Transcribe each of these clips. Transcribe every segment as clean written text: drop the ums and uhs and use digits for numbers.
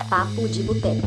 Papo de Boteco.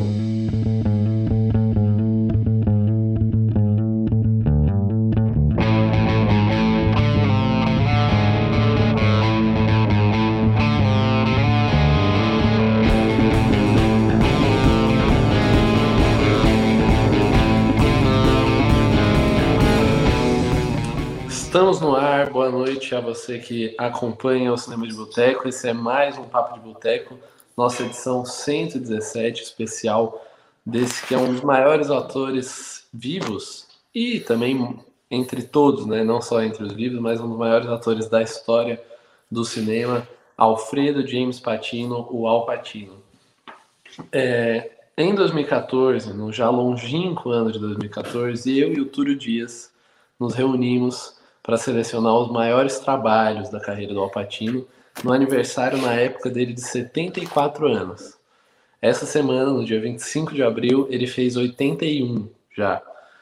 Estamos no ar, boa noite a você que acompanha o Cinema de Boteco. Esse é mais um Papo de Boteco, nossa edição 117 especial desse que é um dos maiores atores vivos e também entre todos, né? Não só entre os vivos, mas um dos maiores atores da história do cinema, Alfredo James Pacino, o Al Pacino. Em 2014, no já longínquo ano de 2014, eu e o Túlio Dias nos reunimos para selecionar os maiores trabalhos da carreira do Al Pacino no aniversário na época dele de 74 anos. Essa semana, no dia 25 de abril, ele fez 81 já.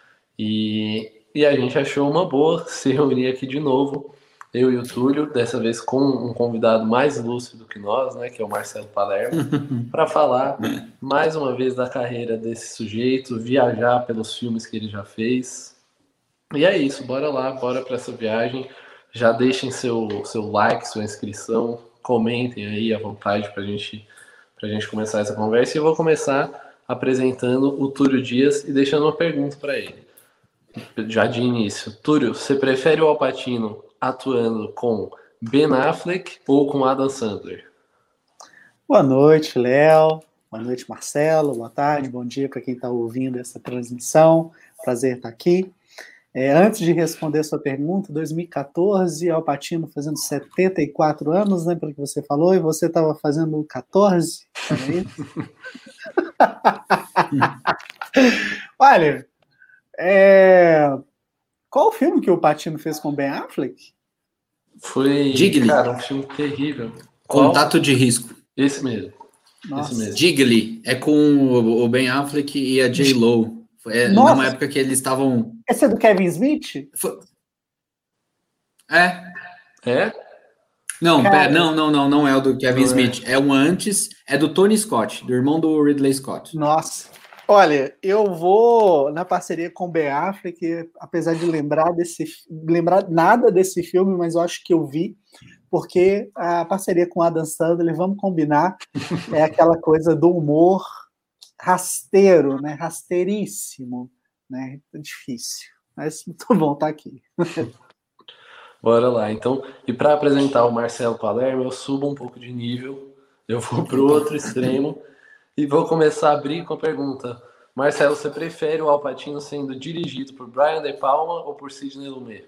E a gente achou uma boa se reunir aqui de novo, eu e o Túlio, dessa vez com um convidado mais ilustre do que nós, né, que é o Marcelo Palermo, para falar mais uma vez da carreira desse sujeito, viajar pelos filmes que ele já fez. E é isso, bora lá, bora para essa viagem. Já deixem seu like, sua inscrição, comentem aí à vontade para a gente começar essa conversa. E eu vou começar apresentando o Túlio Dias e deixando uma pergunta para ele. Já de início, Túlio, você prefere o Al Pacino atuando com Ben Affleck ou com Adam Sandler? Boa noite, Léo. Boa noite, Marcelo. Boa tarde, bom dia para quem está ouvindo essa transmissão. Prazer estar aqui. Antes de responder a sua pergunta, 2014, Al Pacino fazendo 74 anos, né, pelo que você falou, e você estava fazendo 14, não é isso? Olha, qual o filme que o Pacino fez com Ben Affleck? Foi, Jiggly. Cara, um filme terrível. Contato de Risco. Esse mesmo. Nossa. Esse mesmo. Jiggly. É com o Ben Affleck e a J.Lo. Nossa. Numa época que eles estavam... Esse é do Kevin Smith? É? Não, Cara, não é o do Kevin não Smith. É um antes, é do Tony Scott, do irmão do Ridley Scott. Nossa. Olha, eu vou na parceria com o Ben Affleck, apesar de lembrar nada desse filme, mas eu acho que eu vi, porque a parceria com Adam Sandler, vamos combinar, é aquela coisa do humor rasteiro, né? Rasteiríssimo, né? É difícil, mas muito bom estar aqui. Bora lá. Então, e para apresentar o Marcelo Palermo, eu subo um pouco de nível, eu vou para o outro extremo e vou começar a abrir com a pergunta. Marcelo, você prefere o Al Pacino sendo dirigido por Brian De Palma ou por Sidney Lumet?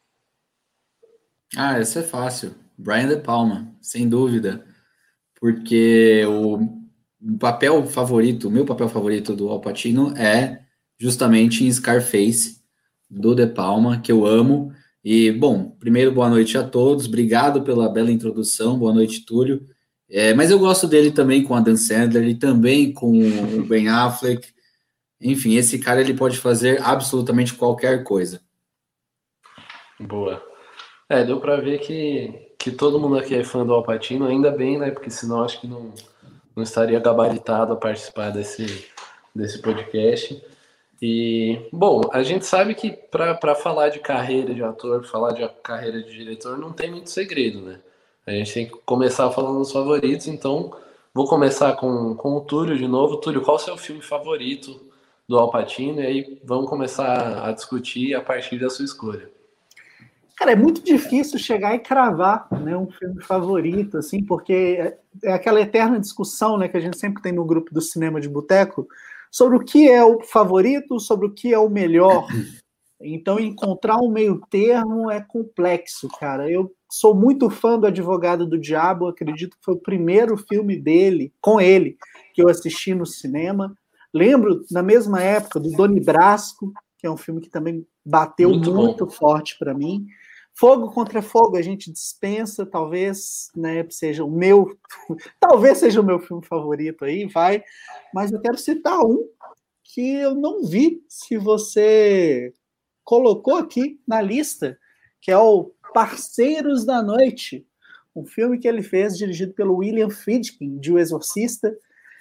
Essa é fácil. Brian De Palma, sem dúvida. Porque o papel favorito, o meu papel favorito do Al Pacino é justamente em Scarface, do De Palma, que eu amo. E, bom, primeiro, boa noite a todos. Obrigado pela bela introdução. Boa noite, Túlio. Mas eu gosto dele também com Adam Sandler e também com o Ben Affleck. Enfim, esse cara ele pode fazer absolutamente qualquer coisa. Boa. Deu para ver que todo mundo aqui é fã do Al Pacino, ainda bem, né? Porque senão acho que não estaria gabaritado a participar desse podcast. E, bom, a gente sabe que para falar de carreira de ator, falar de carreira de diretor, não tem muito segredo, né? A gente tem que começar falando dos favoritos, então vou começar com o Túlio de novo. Túlio, qual é o seu filme favorito do Al Pacino? E aí vamos começar a discutir a partir da sua escolha. Cara, é muito difícil chegar e cravar, né, um filme favorito, assim, porque é aquela eterna discussão, né, que a gente sempre tem no grupo do Cinema de Boteco, sobre o que é o favorito, sobre o que é o melhor. Então, encontrar um meio termo é complexo, cara. Eu sou muito fã do Advogado do Diabo, acredito que foi o primeiro filme dele, com ele, que eu assisti no cinema. Lembro, na mesma época, do Doni Brasco, que é um filme que também bateu muito forte para mim. Fogo contra Fogo a gente dispensa, talvez, né, seja o meu filme favorito aí, vai, mas eu quero citar um que eu não vi se você colocou aqui na lista, que é o Parceiros da Noite, um filme que ele fez dirigido pelo William Friedkin, de O Exorcista,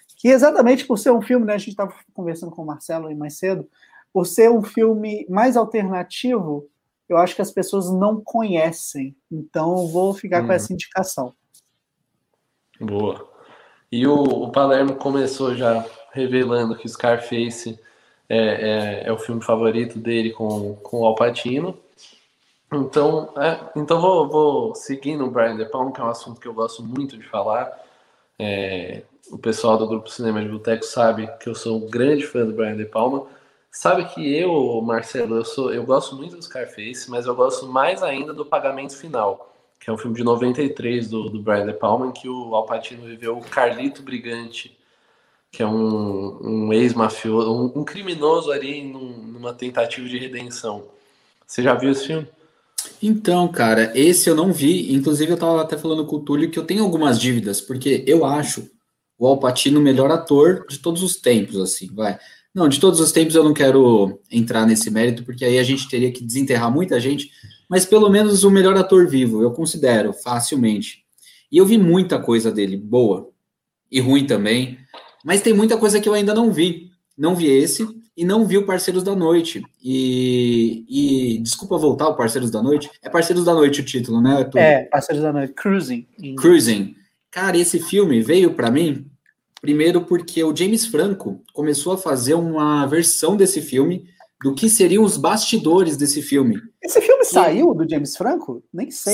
Que exatamente por ser um filme, né, a gente estava conversando com o Marcelo aí mais cedo, por ser um filme mais alternativo, eu acho que as pessoas não conhecem. Então, eu vou ficar com essa indicação. Boa. E o Palermo começou já revelando que Scarface é o filme favorito dele com o Al Pacino. Então vou seguir no Brian De Palma, que é um assunto que eu gosto muito de falar. O pessoal do Grupo Cinema de Boteco sabe que eu sou um grande fã do Brian De Palma. Sabe que eu, Marcelo, eu gosto muito do Scarface, mas eu gosto mais ainda do Pagamento Final, que é um filme de 93 do Brian De Palma, em que o Al Pacino viveu o Carlito Brigante, que é um ex-mafioso, um criminoso ali numa tentativa de redenção. Você já viu esse filme? Então, cara, esse eu não vi. Inclusive, eu tava até falando com o Túlio que eu tenho algumas dívidas, porque eu acho o Al Pacino o melhor ator de todos os tempos, assim, vai. Não, de todos os tempos eu não quero entrar nesse mérito, porque aí a gente teria que desenterrar muita gente, mas pelo menos o melhor ator vivo, eu considero, facilmente. E eu vi muita coisa dele, boa e ruim também, mas tem muita coisa que eu ainda não vi. Não vi esse e não vi o Parceiros da Noite. E desculpa voltar o Parceiros da Noite. É Parceiros da Noite o título, né? Parceiros da Noite, Cruising. Cruising. Cara, esse filme veio para mim primeiro porque o James Franco começou a fazer uma versão desse filme do que seriam os bastidores desse filme. Esse filme saiu do James Franco? Nem sei.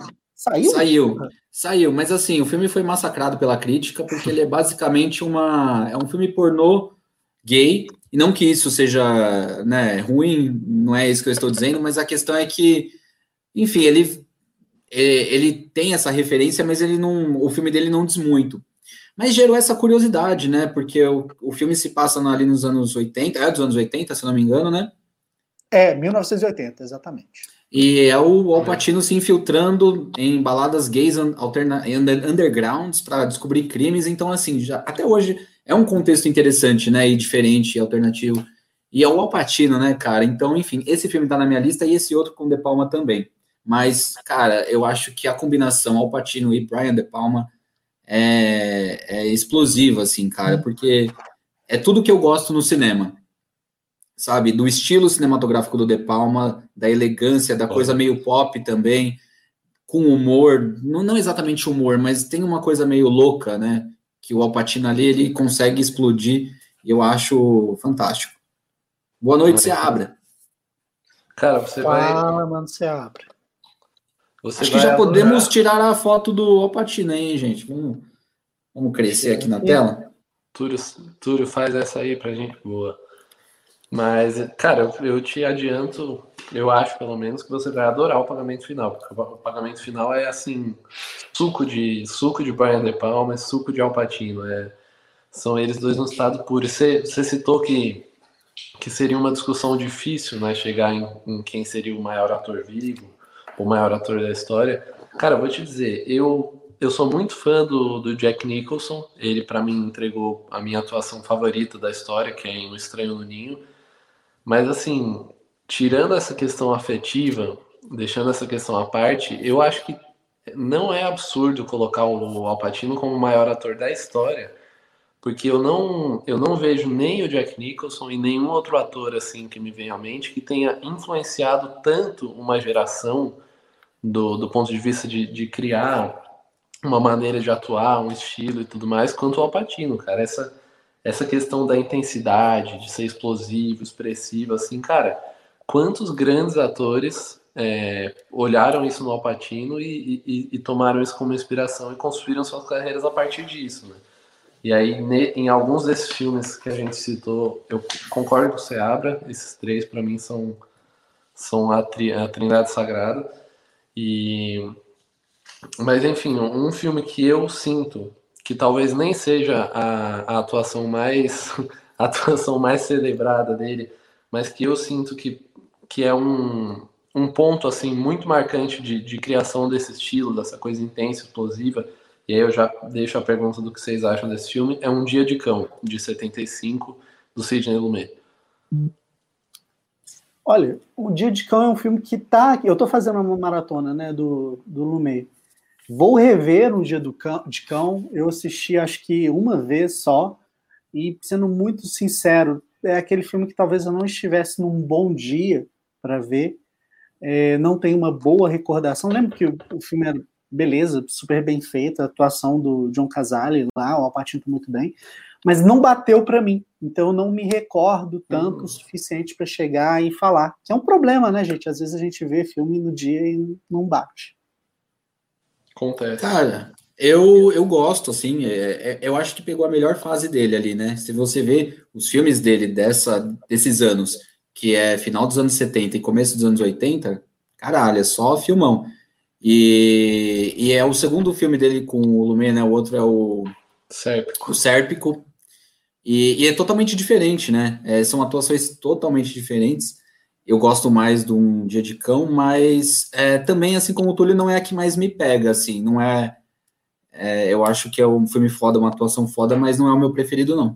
Saiu, mas assim, o filme foi massacrado pela crítica porque ele é basicamente é um filme pornô gay, e não que isso seja, né, ruim, não é isso que eu estou dizendo, mas a questão é que, enfim, ele tem essa referência, mas o filme dele não diz muito. Mas gerou essa curiosidade, né? Porque o filme se passa ali nos anos 80, dos anos 80, se não me engano, né? 1980, exatamente. E é o Al Pacino se infiltrando em baladas gays undergrounds para descobrir crimes. Então, assim, até hoje é um contexto interessante, né? E diferente, alternativo. E é o Al Pacino, né, cara? Então, enfim, esse filme tá na minha lista e esse outro com De Palma também. Mas, cara, eu acho que a combinação Al Pacino e Brian De Palma é explosiva, assim, cara, porque é tudo que eu gosto no cinema, sabe? Do estilo cinematográfico do De Palma, da elegância, da coisa meio pop também, com humor, não exatamente humor, mas tem uma coisa meio louca, né? Que o Al Pacino ali, ele consegue explodir, e eu acho fantástico. Boa noite, Seabra. Cara, você vai... Fala, mano, Seabra. Acho que já podemos tirar a foto do Al Pacino, hein, gente? Vamos crescer aqui na tela. Túlio, faz essa aí pra gente, boa. Mas, cara, eu te adianto, eu acho pelo menos que você vai adorar o Pagamento Final, porque o Pagamento Final é assim, suco de Brian De Palma, suco de Al Pacino, são eles dois no estado puro. Você citou que seria uma discussão difícil, né, chegar em quem seria o maior ator vivo, o maior ator da história. Cara, eu vou te dizer, eu sou muito fã do Jack Nicholson, ele para mim entregou a minha atuação favorita da história, que é em Um Estranho no Ninho. Mas assim, tirando essa questão afetiva, deixando essa questão à parte, eu acho que não é absurdo colocar o Al Pacino como o maior ator da história, porque eu não vejo nem o Jack Nicholson e nenhum outro ator assim que me vem à mente que tenha influenciado tanto uma geração do ponto de vista de criar uma maneira de atuar, um estilo e tudo mais, quanto o Al Pacino, cara. Essa questão da intensidade, de ser explosivo, expressivo, assim, cara, quantos grandes atores olharam isso no Al Pacino e tomaram isso como inspiração e construíram suas carreiras a partir disso, né? E aí, em alguns desses filmes que a gente citou, eu concordo com o Seabra, esses três, para mim, são a trindade sagrada. Mas, enfim, um filme que eu sinto que talvez nem seja a atuação mais celebrada dele, mas que eu sinto que é um ponto assim muito marcante de criação desse estilo, dessa coisa intensa, explosiva. E aí eu já deixo a pergunta do que vocês acham desse filme. É Um Dia de Cão, de 75, do Sidney Lumet. Olha, O Dia de Cão é um filme que tá... Eu tô fazendo uma maratona, né, do Lumet. Vou rever Um Dia de Cão. Eu assisti, acho que uma vez só. E, sendo muito sincero, é aquele filme que talvez eu não estivesse num bom dia para ver, não tenho uma boa recordação. Lembro que o filme era, beleza, super bem feito, a atuação do John Cazale lá, o Al Pacino muito bem, mas não bateu para mim. Então eu não me recordo tanto o suficiente para chegar e falar. Que é um problema, né, gente? Às vezes a gente vê filme no dia e não bate. Acontece. Cara, eu gosto, assim, eu acho que pegou a melhor fase dele ali, né? Se você vê os filmes dele desses anos, que é final dos anos 70 e começo dos anos 80, caralho, é só filmão. E é o segundo filme dele com o Lumet, né? O outro é o Sérpico. E é totalmente diferente, né? São atuações totalmente diferentes. Eu gosto mais de Um Dia de Cão, mas também, assim como o Túlio, não é a que mais me pega, assim, não é... eu acho que é um filme foda, uma atuação foda, mas não é o meu preferido, não.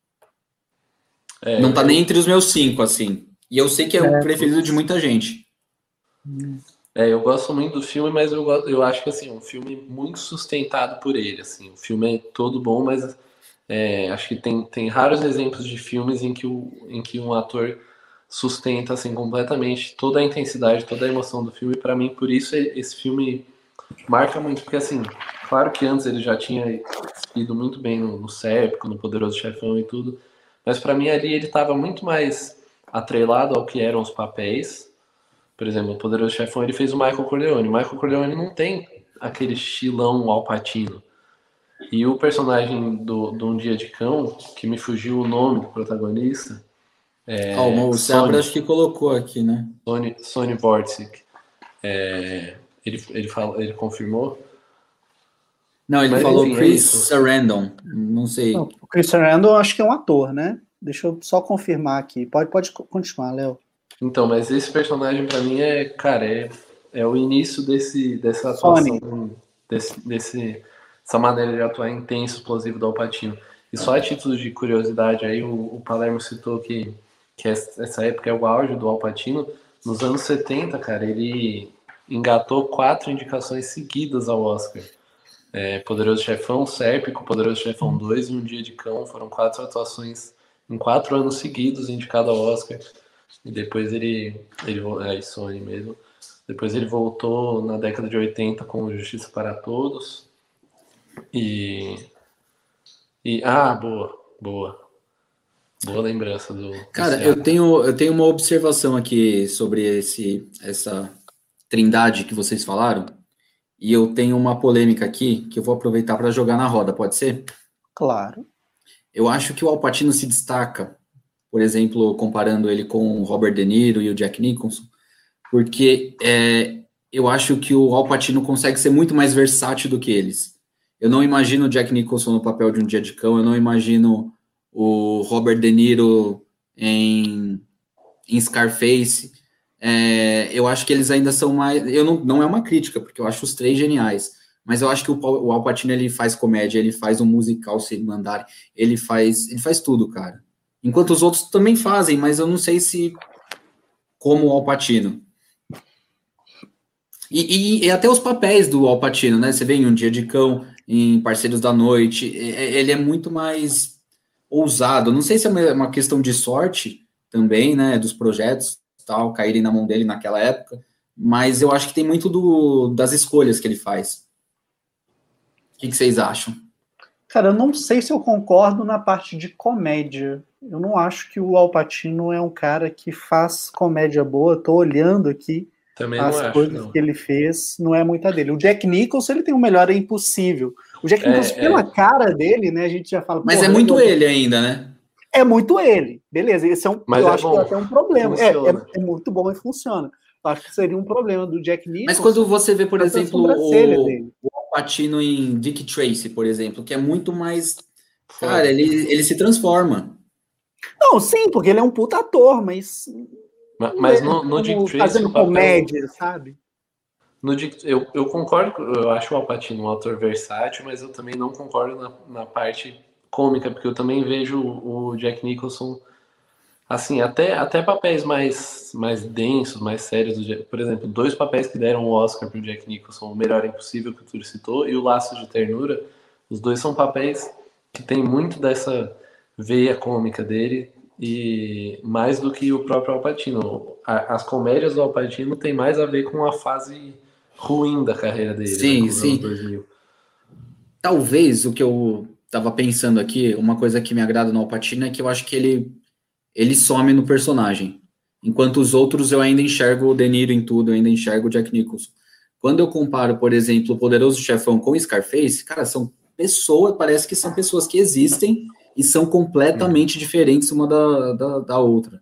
Não tá nem entre os meus 5, assim. E eu sei que é o preferido de muita gente. Eu gosto muito do filme, mas eu acho que, assim, é um filme muito sustentado por ele, assim. O filme é todo bom, mas acho que tem raros exemplos de filmes em que um ator sustenta, assim, completamente toda a intensidade, toda a emoção do filme. Para mim, por isso, esse filme marca muito, porque, assim, claro que antes ele já tinha ido muito bem no Sérpico, no Poderoso Chefão e tudo, mas para mim ali ele estava muito mais atrelado ao que eram os papéis. Por exemplo, o Poderoso Chefão, ele fez o Michael Corleone. O Michael Corleone não tem aquele estilão Al Pacino. E o personagem do Um Dia de Cão, que me fugiu o nome do protagonista, O Seabra acho que colocou aqui, né? Sonny Vortic. Ele confirmou? Não, ele falou Chris Sarandon. Não sei. Não, o Chris Sarandon acho que é um ator, né? Deixa eu só confirmar aqui. Pode continuar, Léo. Então, mas esse personagem pra mim é o início dessa atuação, dessa maneira de atuar intenso, explosivo do Al Pacino. E só a título de curiosidade aí, o Palermo citou que essa época é o auge do Al Pacino. Nos anos 70, cara, ele engatou 4 indicações seguidas ao Oscar. Poderoso Chefão, Sérpico, Poderoso Chefão 2 e Um Dia de Cão. Foram 4 atuações em 4 anos seguidos indicado ao Oscar. E depois ele Sony mesmo. Depois ele voltou na década de 80 com Justiça para Todos. Boa lembrança do... Cara, eu tenho uma observação aqui sobre essa trindade que vocês falaram. E eu tenho uma polêmica aqui que eu vou aproveitar para jogar na roda, pode ser? Claro. Eu acho que o Al Pacino se destaca, por exemplo, comparando ele com o Robert De Niro e o Jack Nicholson, porque eu acho que o Al Pacino consegue ser muito mais versátil do que eles. Eu não imagino o Jack Nicholson no papel de Um Dia de Cão, eu não imagino o Robert De Niro em Scarface. Eu acho que eles ainda são mais... não é uma crítica, porque eu acho os 3 geniais, mas eu acho que o Al Pacino, ele faz comédia, ele faz um musical se mandar, ele faz tudo, cara. Enquanto os outros também fazem, mas eu não sei se como o Al Pacino. E até os papéis do Al Pacino, né? Você vê em Um Dia de Cão, em Parceiros da Noite, ele é muito mais ousado. Não sei se é uma questão de sorte também, né? Dos projetos tal, caírem na mão dele naquela época, mas eu acho que tem muito das escolhas que ele faz. O que vocês acham? Cara, eu não sei se eu concordo na parte de comédia. Eu não acho que o Al Pacino é um cara que faz comédia boa. Tô olhando aqui também as coisas que ele fez, não é muita dele. O Jack Nicholson, ele tem o melhor, é impossível. O Jack Nicholson, pela cara dele, né, a gente já fala... Mas é muito ele ainda, né? É muito ele, beleza, esse é eu acho que é até um problema. É muito bom e funciona. Eu acho que seria um problema do Jack Nicholson. Mas quando você vê, por exemplo, o Al Pacino em Dick Tracy, por exemplo, que é muito mais... Cara, ele se transforma. Não, sim, porque ele é um puta ator, mas no Dick Tracy... Fazendo comédia, sabe? Eu concordo, eu acho o Al Pacino um ator versátil, mas eu também não concordo na parte cômica, porque eu também vejo o Jack Nicholson, assim, até papéis mais densos, mais sérios. Por exemplo, 2 papéis que deram o Oscar pro Jack Nicholson, O Melhor Impossível, que o Túlio citou, e O Laço de Ternura. Os 2 são papéis que tem muito dessa veia cômica dele, e mais do que o próprio Al Pacino. As comédias do Al Pacino tem mais a ver com a fase ruim da carreira dele, né, com Sim, os anos sim. 2000. Talvez o que eu tava pensando aqui, uma coisa que me agrada no Al Pacino é que eu acho que ele some no personagem. Enquanto os outros eu ainda enxergo o De Niro em tudo, eu ainda enxergo o Jack Nicholson. Quando eu comparo, por exemplo, o Poderoso Chefão com o Scarface, cara, são pessoas, parece que são pessoas que existem e são completamente diferentes uma da outra.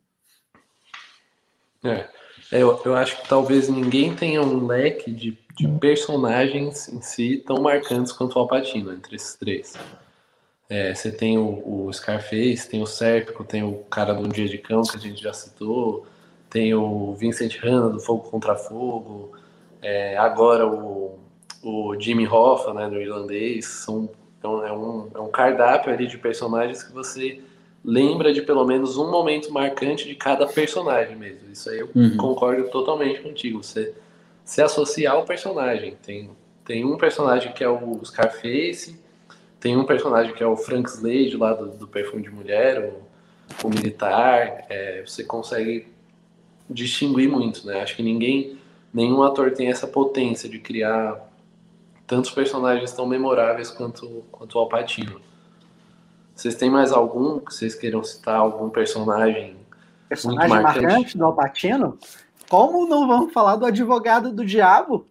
Eu acho que talvez ninguém tenha um leque de personagens em si tão marcantes quanto o Al Pacino, entre esses três. Você tem o Scarface, tem o Sérpico, tem o cara do Um Dia de Cão, que a gente já citou, tem o Vincent Hanna, do Fogo Contra Fogo, agora o Jimmy Hoffa, né, do Irlandês. É um cardápio ali de personagens que você lembra de pelo menos um momento marcante de cada personagem mesmo. Isso aí eu concordo totalmente contigo. Você se associar ao personagem. Tem um personagem que é o Scarface, tem um personagem que é o Frank Slade, lá do Perfume de Mulher, o militar. Você consegue distinguir muito, né? Acho que nenhum ator tem essa potência de criar tantos personagens tão memoráveis quanto o Al Pacino. Vocês têm mais algum que vocês queiram citar? Algum personagem muito marcante do Al Pacino? Como não vamos falar do Advogado do Diabo?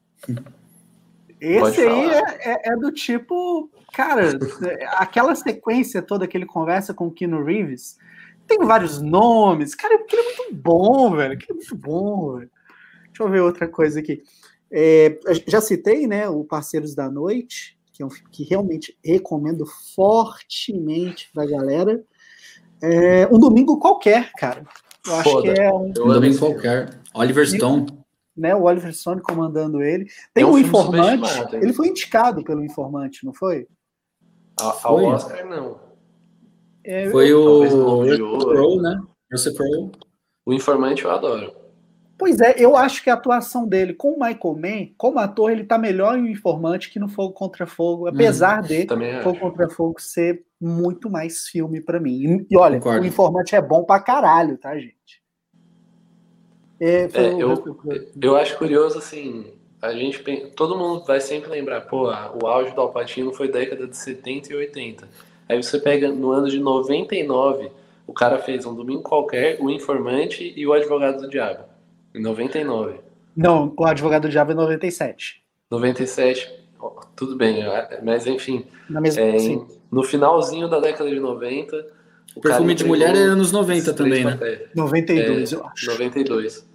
Esse aí é do tipo... Cara, aquela sequência toda que ele conversa com o Keanu Reeves, tem vários nomes. Cara, porque ele é muito bom, velho. Ele é muito bom, velho. Deixa eu ver outra coisa aqui. Já citei, né, o Parceiros da Noite, que é um filme que realmente recomendo fortemente pra galera. Um Domingo Qualquer, cara. Eu acho que é um Domingo Qualquer. Oliver Stone. Né, o Oliver Stone comandando ele. Tem o Informante. Ele foi indicado pelo Informante, não foi? Ao Oscar, não. Foi o Russell Crowe, né? Russell Crowe. O Informante eu adoro. Pois é, eu acho que a atuação dele com o Michael Mann, como ator, ele tá melhor em O Informante que no Fogo Contra Fogo, apesar de Fogo Contra Fogo ser muito mais filme pra mim. E olha, Concordo. O Informante é bom pra caralho, tá, gente? Eu acho curioso, assim, todo mundo vai sempre lembrar, pô, o auge do Al Pacino foi década de 70 e 80. Aí você pega no ano de 99, o cara fez Um Domingo Qualquer, O Informante e O Advogado do Diabo. Em 99. Não, O Advogado do Diabo é 97. 97, tudo bem, mas enfim. Sim. No finalzinho da década de 90... O Perfume de Mulher é anos 90 também, né? 92, eu acho. 92.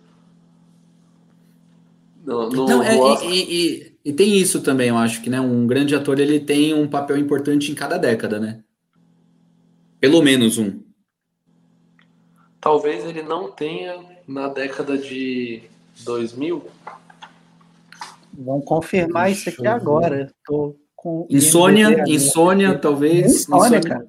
E tem isso também, eu acho que, né? Um grande ator, ele tem um papel importante em cada década, né? Pelo menos um. Talvez ele não tenha na década de 2000. Vamos confirmar isso aqui agora. Tô com Insônia, talvez. Insônia, cara.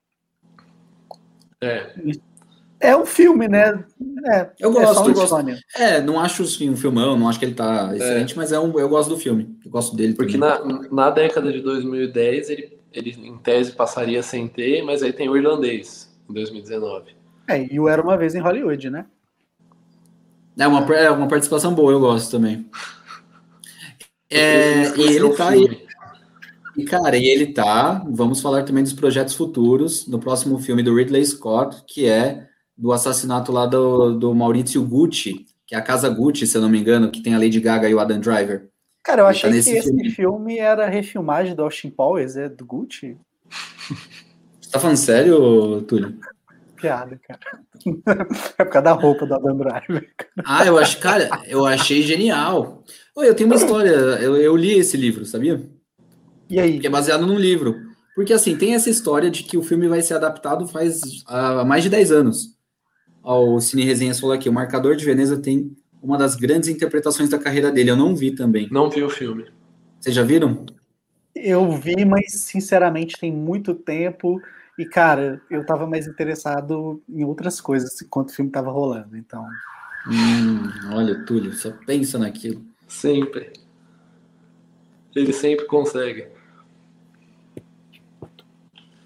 É um filme, né? Eu gosto. Não acho um filmão, não acho que ele tá excelente, mas eu gosto do filme. Eu gosto dele. Porque na década de 2010 ele em tese passaria sem ter, mas aí tem o Irlandês, em 2019. E o Era Uma Vez em Hollywood, né? É uma participação boa, eu gosto também. E ele tá aí. E, cara, ele tá... Vamos falar também dos projetos futuros no próximo filme do Ridley Scott, que é do assassinato lá do Maurizio Gucci, que é a Casa Gucci, se eu não me engano, que tem a Lady Gaga e o Adam Driver. Cara, eu achei que esse filme era refilmagem do Austin Powers, do Gucci. Você tá falando sério, Túlio? Piada, cara. É por causa da roupa do Adam Driver. Eu achei genial. Eu tenho uma história, eu li esse livro, sabia? E aí? Que é baseado num livro. Porque, assim, tem essa história de que o filme vai ser adaptado faz mais de 10 anos. O Cine Resenhas falou aqui, o Marcador de Veneza tem uma das grandes interpretações da carreira dele. Eu não vi também. Não vi o filme. Vocês já viram? Eu vi, mas, sinceramente, tem muito tempo. E, cara, eu tava mais interessado em outras coisas enquanto o filme tava rolando, então... Olha, Túlio, só pensa naquilo. Sempre. Ele sempre consegue.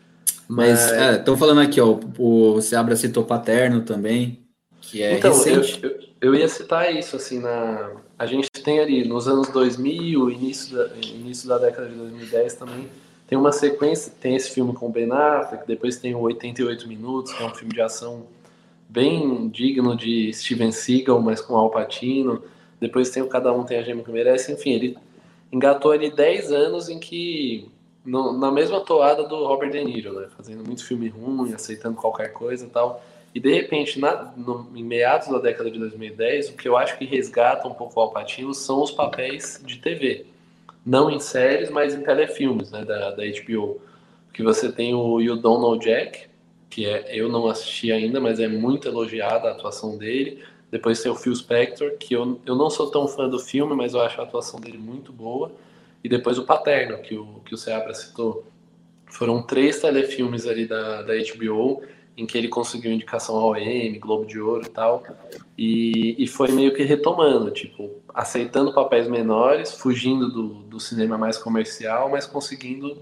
Mas Mas estão falando aqui, ó, o Seabra citou Paterno também, que é então, recente. eu ia citar isso, assim, a gente tem ali nos anos 2000, início da década de 2010 também, tem uma sequência, tem esse filme com Ben Affleck, depois tem o 88 Minutos, que é um filme de ação bem digno de Steven Seagal, mas com Al Pacino, depois tem o Cada Um Tem a Gêmea que Merece, enfim, ele engatou ali 10 anos em que, na mesma toada do Robert De Niro, né, fazendo muito filme ruim, aceitando qualquer coisa e tal, e de repente, em meados da década de 2010, o que eu acho que resgata um pouco o Al Pacino são os papéis de TV. Não em séries, mas em telefilmes, né, da HBO. Que você tem o You Don't Know Jack, eu não assisti ainda, mas é muito elogiada a atuação dele. Depois tem o Phil Spector, que eu não sou tão fã do filme, mas eu acho a atuação dele muito boa. E depois o Paterno, que o Seabra citou. Foram 3 telefilmes ali da HBO em que ele conseguiu indicação ao Emmy, Globo de Ouro e tal. E foi meio que retomando, tipo, aceitando papéis menores, fugindo do cinema mais comercial, mas conseguindo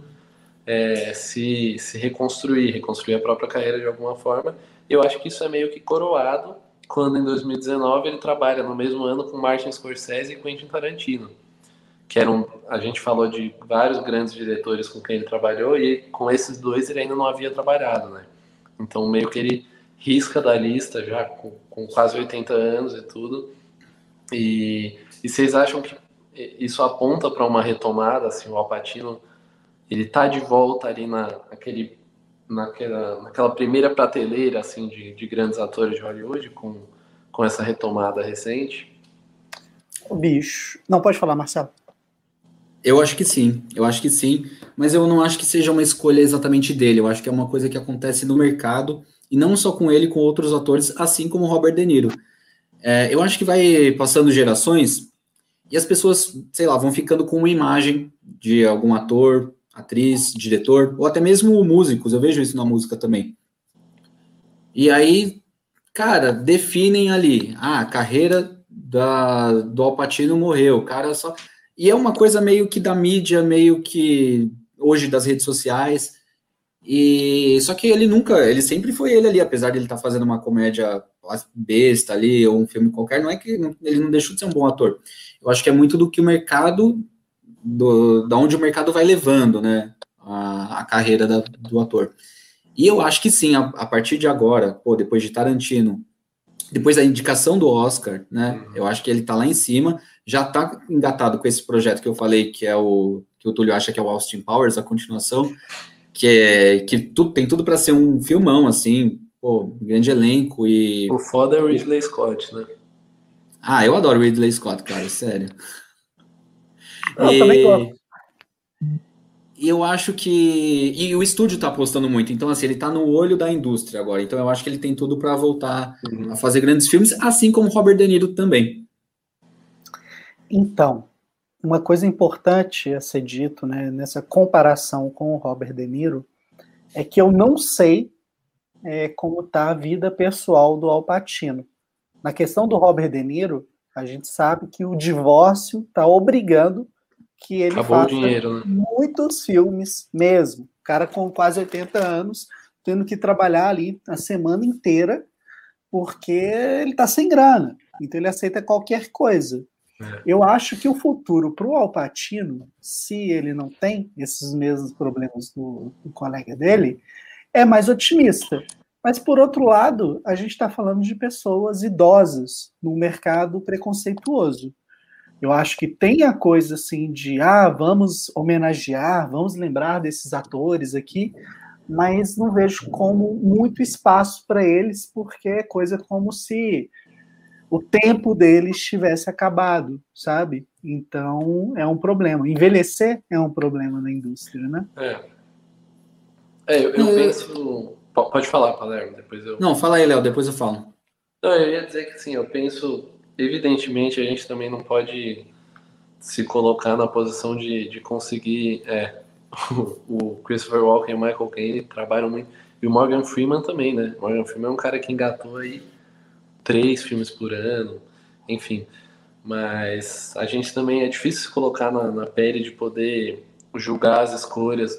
se reconstruir a própria carreira de alguma forma. Eu acho que isso é meio que coroado quando em 2019 ele trabalha no mesmo ano com Martin Scorsese e Quentin Tarantino, a gente falou de vários grandes diretores com quem ele trabalhou e com esses dois ele ainda não havia trabalhado, né? Então meio que ele risca da lista já com quase 80 anos e tudo. E vocês acham que isso aponta para uma retomada, assim, o Al Pacino, ele tá de volta ali naquela primeira prateleira, assim, de grandes atores de Hollywood com essa retomada recente? O bicho. Não pode falar, Marcelo. Eu acho que sim, mas eu não acho que seja uma escolha exatamente dele. Eu acho que é uma coisa que acontece no mercado, e não só com ele, com outros atores, assim como Robert De Niro. Eu acho que vai passando gerações e as pessoas, sei lá, vão ficando com uma imagem de algum ator, atriz, diretor, ou até mesmo músicos. Eu vejo isso na música também. E aí, cara, definem ali, a carreira do Al Pacino morreu, o cara só... E é uma coisa meio que da mídia, meio que hoje das redes sociais, e só que ele sempre foi ele ali, apesar de ele estar fazendo uma comédia besta ali, ou um filme qualquer, não é que ele não deixou de ser um bom ator. Eu acho que é muito do que o mercado, da onde o mercado vai levando, né, a carreira do ator. E eu acho que sim, a partir de agora, pô, depois de Tarantino, depois da indicação do Oscar, né? Eu acho que ele tá lá em cima, já tá engatado com esse projeto que eu falei, que é que o Túlio acha que é o Austin Powers, a continuação, tem tudo para ser um filmão, assim, pô, um grande elenco O e... foda é o Ridley Scott, né? Ah, eu adoro Ridley Scott, cara, sério. Eu também gosto. E, e eu acho que... E o estúdio tá apostando muito, então, assim, ele tá no olho da indústria agora, então eu acho que ele tem tudo para voltar a fazer grandes filmes, assim como Robert De Niro também. Então, uma coisa importante a ser dito, né, nessa comparação com o Robert De Niro, é que eu não sei como está a vida pessoal do Al Pacino. Na questão do Robert De Niro, a gente sabe que o divórcio está obrigando que ele Acabou o faça dinheiro, né? muitos filmes mesmo. O cara com quase 80 anos, tendo que trabalhar ali a semana inteira, porque ele está sem grana. Então ele aceita qualquer coisa. Eu acho que o futuro para o Al Pacino, se ele não tem esses mesmos problemas do colega dele, é mais otimista. Mas, por outro lado, a gente está falando de pessoas idosas num mercado preconceituoso. Eu acho que tem a coisa assim de, vamos homenagear, vamos lembrar desses atores aqui, mas não vejo como muito espaço para eles, porque é coisa como se o tempo deles tivesse acabado, sabe? Então, é um problema. Envelhecer é um problema na indústria, né? Eu penso... Pode falar, Palermo, depois eu... Não, fala aí, Léo, depois eu falo. Não, eu ia dizer que, sim, eu penso... Evidentemente, a gente também não pode se colocar na posição de conseguir... o Christopher Walken e o Michael Caine trabalham muito... E o Morgan Freeman também, né? O Morgan Freeman é um cara que engatou aí 3 filmes por ano, enfim. Mas a gente também é difícil se colocar na pele de poder julgar as escolhas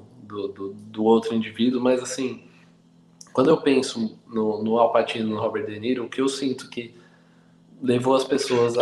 do outro indivíduo, mas assim, quando eu penso no Al Pacino, no Robert De Niro, o que eu sinto que levou as pessoas,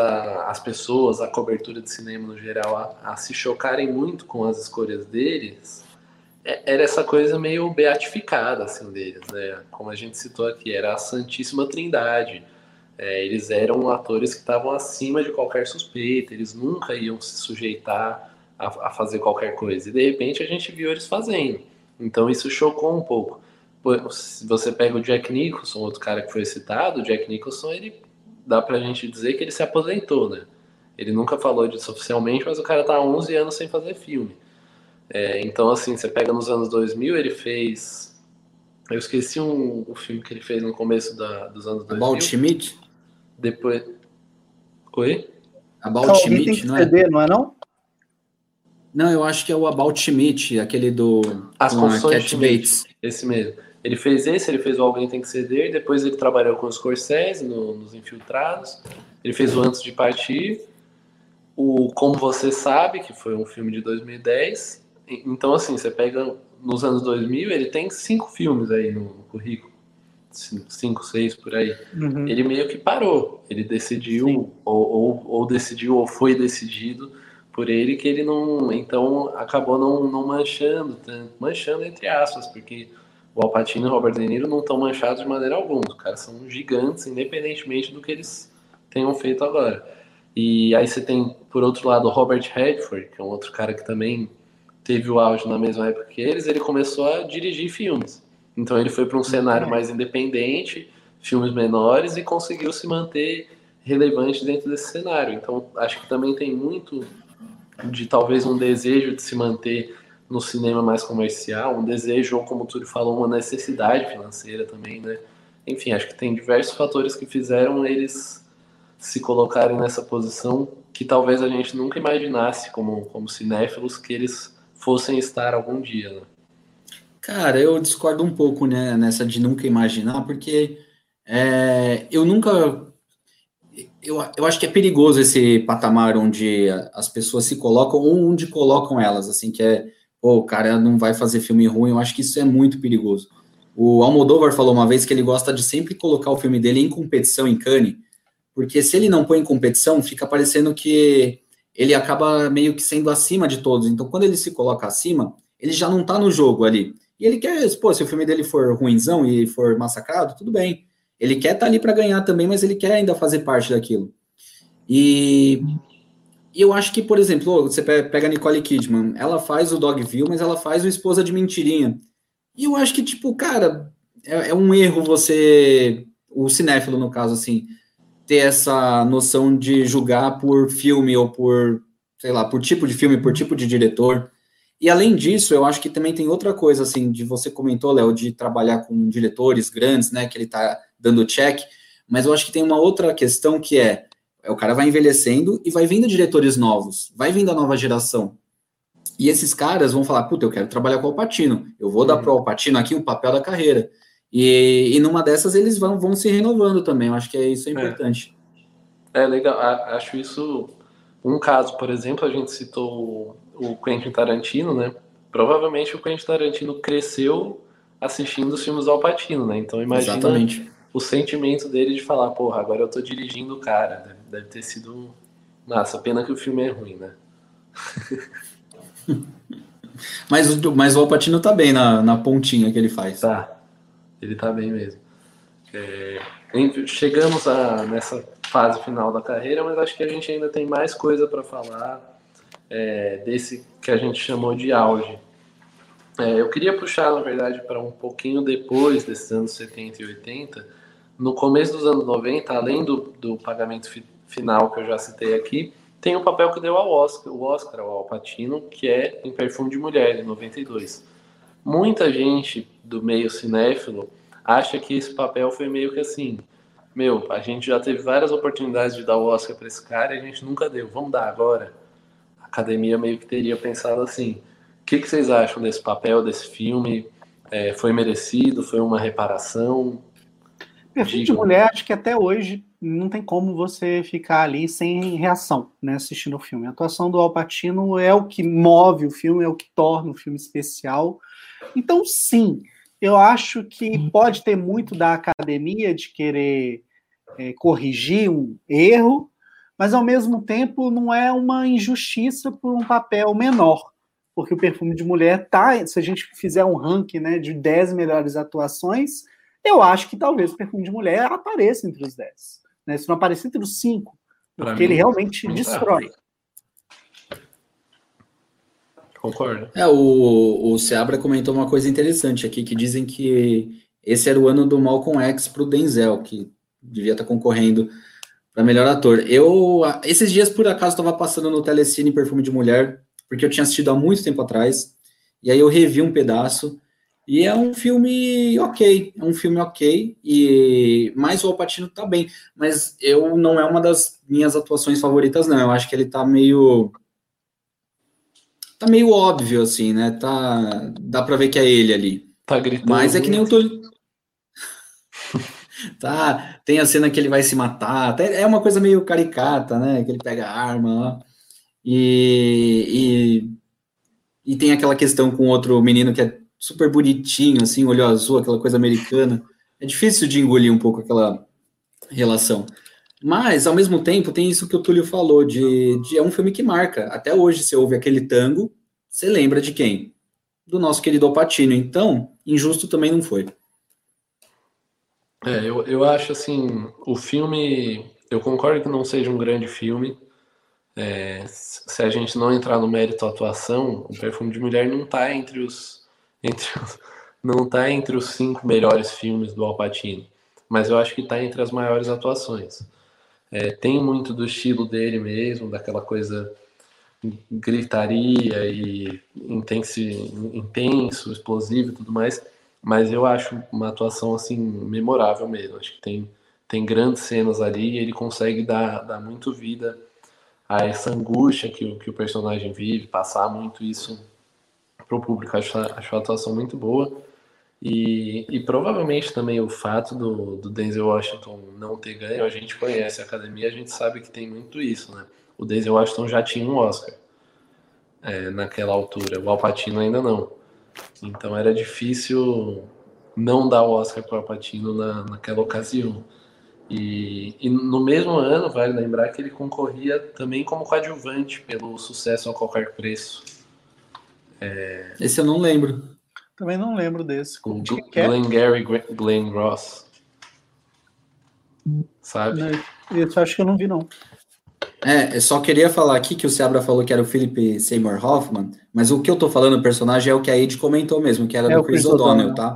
a cobertura de cinema no geral, a se chocarem muito com as escolhas deles, era essa coisa meio beatificada, assim, deles, né? Como a gente citou aqui, era a Santíssima Trindade. Eles eram atores que estavam acima de qualquer suspeita, eles nunca iam se sujeitar a fazer qualquer coisa. E de repente a gente viu eles fazendo. Então isso chocou um pouco. Se você pega o Jack Nicholson, outro cara que foi citado, o Jack Nicholson, ele dá pra gente dizer que ele se aposentou, né? Ele nunca falou disso oficialmente, mas o cara tá há 11 anos sem fazer filme. Então, assim, você pega nos anos 2000, ele fez... Eu esqueci o filme que ele fez no começo dos anos 2000. About Schmidt? Depois... Oi? About Schmidt, não é? Não é não? Não, eu acho que é o About Schmidt, aquele As Confissões Cat Bates. Esse mesmo. Ele fez ele fez o Alguém Tem Que Ceder, depois ele trabalhou com o Scorsese nos Infiltrados, ele fez o Antes de Partir, o Como Você Sabe, que foi um filme de 2010. Então, assim, você pega nos anos 2000, ele tem 5 filmes aí no currículo. 5, 6 por aí. Uhum. Ele meio que parou. Ele decidiu, ou decidiu, ou foi decidido por ele que ele não. Então acabou não manchando, manchando entre aspas, porque o Al Pacino e o Robert De Niro não estão manchados de maneira alguma. Os caras são gigantes, independentemente do que eles tenham feito agora. E aí você tem, por outro lado, o Robert Redford, que é um outro cara que também teve o auge na mesma época que eles. Ele começou a dirigir filmes. Então ele foi para um cenário mais independente, filmes menores, e conseguiu se manter relevante dentro desse cenário. Então acho que também tem muito de talvez um desejo de se manter no cinema mais comercial, um desejo, ou como o Túlio falou, uma necessidade financeira também, né? Enfim, acho que tem diversos fatores que fizeram eles se colocarem nessa posição que talvez a gente nunca imaginasse como cinéfilos que eles fossem estar algum dia, né? Cara, eu discordo um pouco, né, nessa de nunca imaginar, porque eu nunca... Eu acho que é perigoso esse patamar onde as pessoas se colocam, ou onde colocam elas, assim, o cara não vai fazer filme ruim. Eu acho que isso é muito perigoso. O Almodóvar falou uma vez que ele gosta de sempre colocar o filme dele em competição em Cannes, porque se ele não põe em competição, fica parecendo que ele acaba meio que sendo acima de todos. Então, quando ele se coloca acima, ele já não tá no jogo ali. E ele quer, pô, se o filme dele for ruinzão e for massacrado, tudo bem. Ele quer estar ali para ganhar também, mas ele quer ainda fazer parte daquilo. E eu acho que, por exemplo, você pega a Nicole Kidman, ela faz o Dogville, mas ela faz o Esposa de Mentirinha. E eu acho que, tipo, cara, é um erro você, o cinéfilo, no caso, assim, ter essa noção de julgar por filme ou por, sei lá, por tipo de filme, por tipo de diretor. E além disso, eu acho que também tem outra coisa, assim, de você comentou, Léo, de trabalhar com diretores grandes, né, que ele tá dando check, mas eu acho que tem uma outra questão que o cara vai envelhecendo e vai vindo diretores novos, vai vindo a nova geração. E esses caras vão falar, puta, eu quero trabalhar com o Al Pacino, eu vou dar pro Al Pacino aqui o papel da carreira. E numa dessas eles vão se renovando também, eu acho que isso é importante. Legal, acho isso um caso, por exemplo, a gente citou o Quentin Tarantino, né? Provavelmente o Quentin Tarantino cresceu assistindo os filmes do Al Pacino, né? Então imagina Exatamente. O sentimento dele de falar, porra, agora eu tô dirigindo o cara. Deve ter sido massa, pena que o filme é ruim, né? Mas o Al Pacino tá bem na pontinha que ele faz. Tá, ele tá bem mesmo. Chegamos nessa fase final da carreira, mas acho que a gente ainda tem mais coisa para falar desse que a gente chamou de auge. Eu queria puxar, na verdade, para um pouquinho depois desses anos 70 e 80, no começo dos anos 90, além do pagamento final que eu já citei aqui, tem o papel que deu o Oscar ao Al Pacino, que é em Perfume de Mulher, em 92. Muita gente do meio cinéfilo acha que esse papel foi meio que assim, a gente já teve várias oportunidades de dar o Oscar para esse cara e a gente nunca deu, vamos dar agora? A academia meio que teria pensado assim, o que vocês acham desse papel, desse filme? Foi merecido? Foi uma reparação? Perfume de Diga. Mulher, acho que até hoje não tem como você ficar ali sem reação, né, assistindo o filme. A atuação do Al Pacino é o que move o filme, é o que torna o filme especial. Então, sim, eu acho que pode ter muito da academia de querer corrigir um erro, mas ao mesmo tempo não é uma injustiça por um papel menor, porque o Perfume de Mulher tá, se a gente fizer um ranking, né, de 10 melhores atuações, eu acho que talvez o Perfume de Mulher apareça entre os 10, né, se não aparecer entre os 5, Pra porque mim, ele realmente não tá. destrói. Concordo. O Seabra comentou uma coisa interessante aqui, que dizem que esse era o ano do Malcolm X pro Denzel, que devia estar concorrendo para melhor ator. Esses dias, por acaso, estava passando no Telecine Perfume de Mulher, porque eu tinha assistido há muito tempo atrás, e aí eu revi um pedaço, e é um filme ok, mas o Al Pacino tá bem, mas não é uma das minhas atuações favoritas, não, eu acho que ele tá meio óbvio, assim, né, dá pra ver que é ele ali, Tá gritando mas é que nem eu muito. tô... Tá, tem a cena que ele vai se matar, até é uma coisa meio caricata, né, que ele pega a arma lá, e tem aquela questão com outro menino que é super bonitinho, assim, olho azul, aquela coisa americana. É difícil de engolir um pouco aquela relação. Mas, ao mesmo tempo, tem isso que o Túlio falou, é um filme que marca. Até hoje, você ouve aquele tango, você lembra de quem? Do nosso querido Al Pacino. Então, injusto também não foi. Eu acho assim, o filme, eu concordo que não seja um grande filme. Se a gente não entrar no mérito atuação, o Perfume de Mulher não tá não tá entre os 5 melhores filmes do Al Pacino, mas eu acho que tá entre as maiores atuações. Tem muito do estilo dele mesmo, daquela coisa gritaria e intenso, explosivo e tudo mais, mas eu acho uma atuação assim memorável mesmo. Acho que tem grandes cenas ali e ele consegue dar muito vida a essa angústia que o personagem vive, passar muito isso pro público. Acho a atuação muito boa. E provavelmente também o fato do Denzel Washington não ter ganho, a gente conhece a academia, a gente sabe que tem muito isso, né? O Denzel Washington já tinha um Oscar naquela altura, o Al Pacino ainda não. Então era difícil não dar o Oscar para o Al Pacino naquela ocasião. E no mesmo ano, vale lembrar que ele concorria também como coadjuvante pelo Sucesso a Qualquer Preço. Esse eu não lembro. Também não lembro desse. O De que é? Glengarry Glenn Ross. Sabe? Isso acho que eu não vi, não. Eu só queria falar aqui que o Seabra falou que era o Philip Seymour Hoffman, mas o que eu tô falando do personagem é o que a Ed comentou mesmo, que era do o Chris Chris O'Donnell, O'Donnell. tá?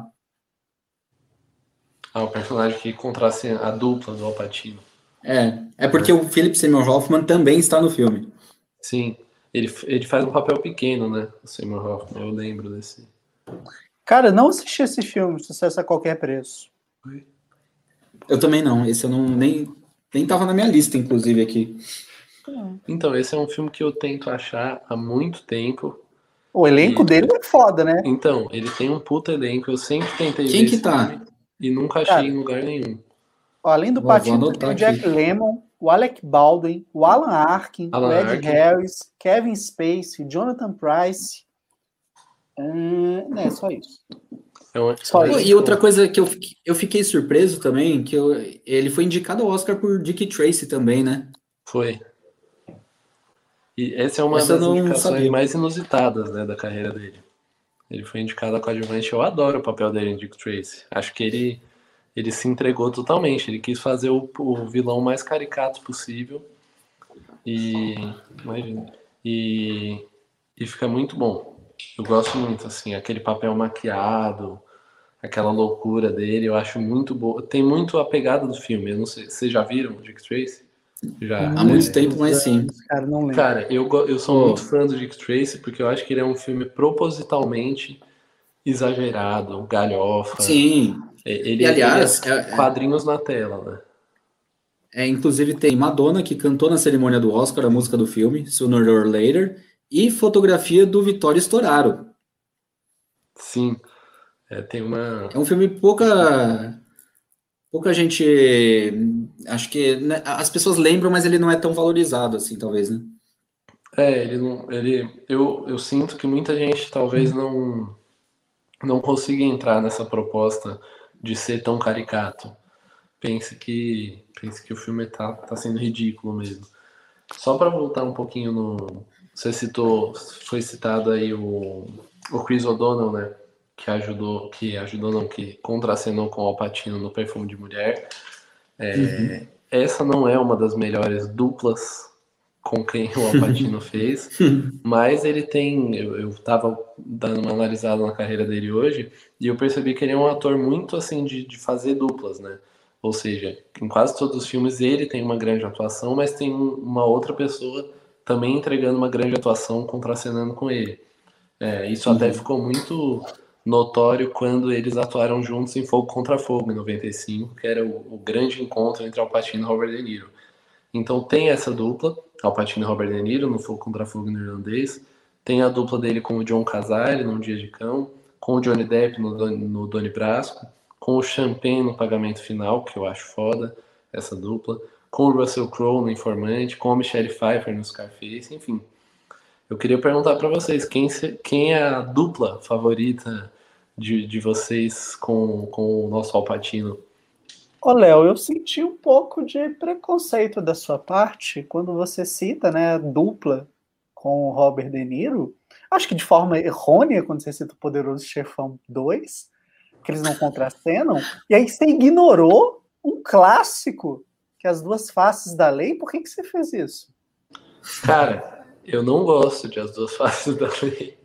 O personagem que contrasta a dupla do Al Pacino. É porque o Philip Seymour Hoffman também está no filme. Sim, ele faz um papel pequeno, né? O Seymour Hoffman, eu lembro desse. Cara, não assisti esse filme, Sucesso a Qualquer Preço. Eu também não, esse eu nem tava na minha lista, inclusive, aqui. Então, esse é um filme que eu tento achar há muito tempo. O elenco dele é foda, né? Então, ele tem um puta elenco, eu sempre tentei Quem ver que esse tá? filme e nunca achei em lugar nenhum. Além do Vou Pacino, anotar tem o Jack aqui. Lemmon, o Alec Baldwin, o Alan Arkin, o Ed Arkin. Harris, Kevin Spacey, Jonathan Pryce. Só isso. E outra coisa que eu fiquei surpreso também, que ele foi indicado ao Oscar por Dick Tracy também, né? Foi. E essa é uma Essa eu das não indicações sabia. mais inusitadas, né, da carreira dele. Ele foi indicado a coadjuvante. Eu adoro o papel dele em Dick Tracy. Acho que ele se entregou totalmente. Ele quis fazer o vilão mais caricato possível. Imagina. E fica muito bom. Eu gosto muito, assim, aquele papel maquiado, aquela loucura dele, eu acho muito boa. Tem muito a pegada do filme. Eu não sei, vocês já viram o Dick Tracy? Já. Há muito tempo, mas sim. Cara, não lembro. Cara, eu sou muito fã do Dick Tracy porque eu acho que ele é um filme propositalmente exagerado, galhofa. Sim. Ele, e, aliás, ele quadrinhos na tela, né? Inclusive tem Madonna, que cantou na cerimônia do Oscar a música do filme, Sooner or Later, e fotografia do Vittorio Storaro. Sim. Tem uma... É um filme pouca pouca gente, acho que, né, as pessoas lembram, mas ele não é tão valorizado assim, talvez, né? Ele não, eu sinto que muita gente talvez não consiga entrar nessa proposta de ser tão caricato. Pense que o filme tá sendo ridículo mesmo. Só para voltar um pouquinho no. Você citou, foi citado aí o Chris O'Donnell, né? Que contracenou com o Al Pacino no Perfume de Mulher. Essa não é uma das melhores duplas com quem o Al Pacino fez, mas ele tem. Eu tava dando uma analisada na carreira dele hoje e eu percebi que ele é um ator muito assim de fazer duplas, né? Ou seja, em quase todos os filmes ele tem uma grande atuação, mas tem uma outra pessoa também entregando uma grande atuação, contracenando com ele. Isso até ficou muito notório quando eles atuaram juntos em Fogo Contra Fogo, em 95, que era o grande encontro entre Al Pacino e Robert De Niro. Então tem essa dupla, Al Pacino e Robert De Niro, no Fogo Contra Fogo no irlandês. Tem a dupla dele com o John Cazale, no Dia de Cão. Com o Johnny Depp no Donnie Brasco. Com o Champagne no Pagamento Final, que eu acho foda, essa dupla. Com o Russell Crowe no Informante. Com a Michelle Pfeiffer no Scarface, enfim. Eu queria perguntar para vocês, quem é a dupla favorita de vocês com o nosso Al Pacino? Ô, Léo, eu senti um pouco de preconceito da sua parte quando você cita, né, a dupla com o Robert De Niro. Acho que de forma errônea quando você cita o Poderoso Chefão 2, que eles não contracenam, e aí você ignorou um clássico, que é As Duas Faces da Lei. Por que você fez isso? Cara, eu não gosto de As Duas Faces da Lei.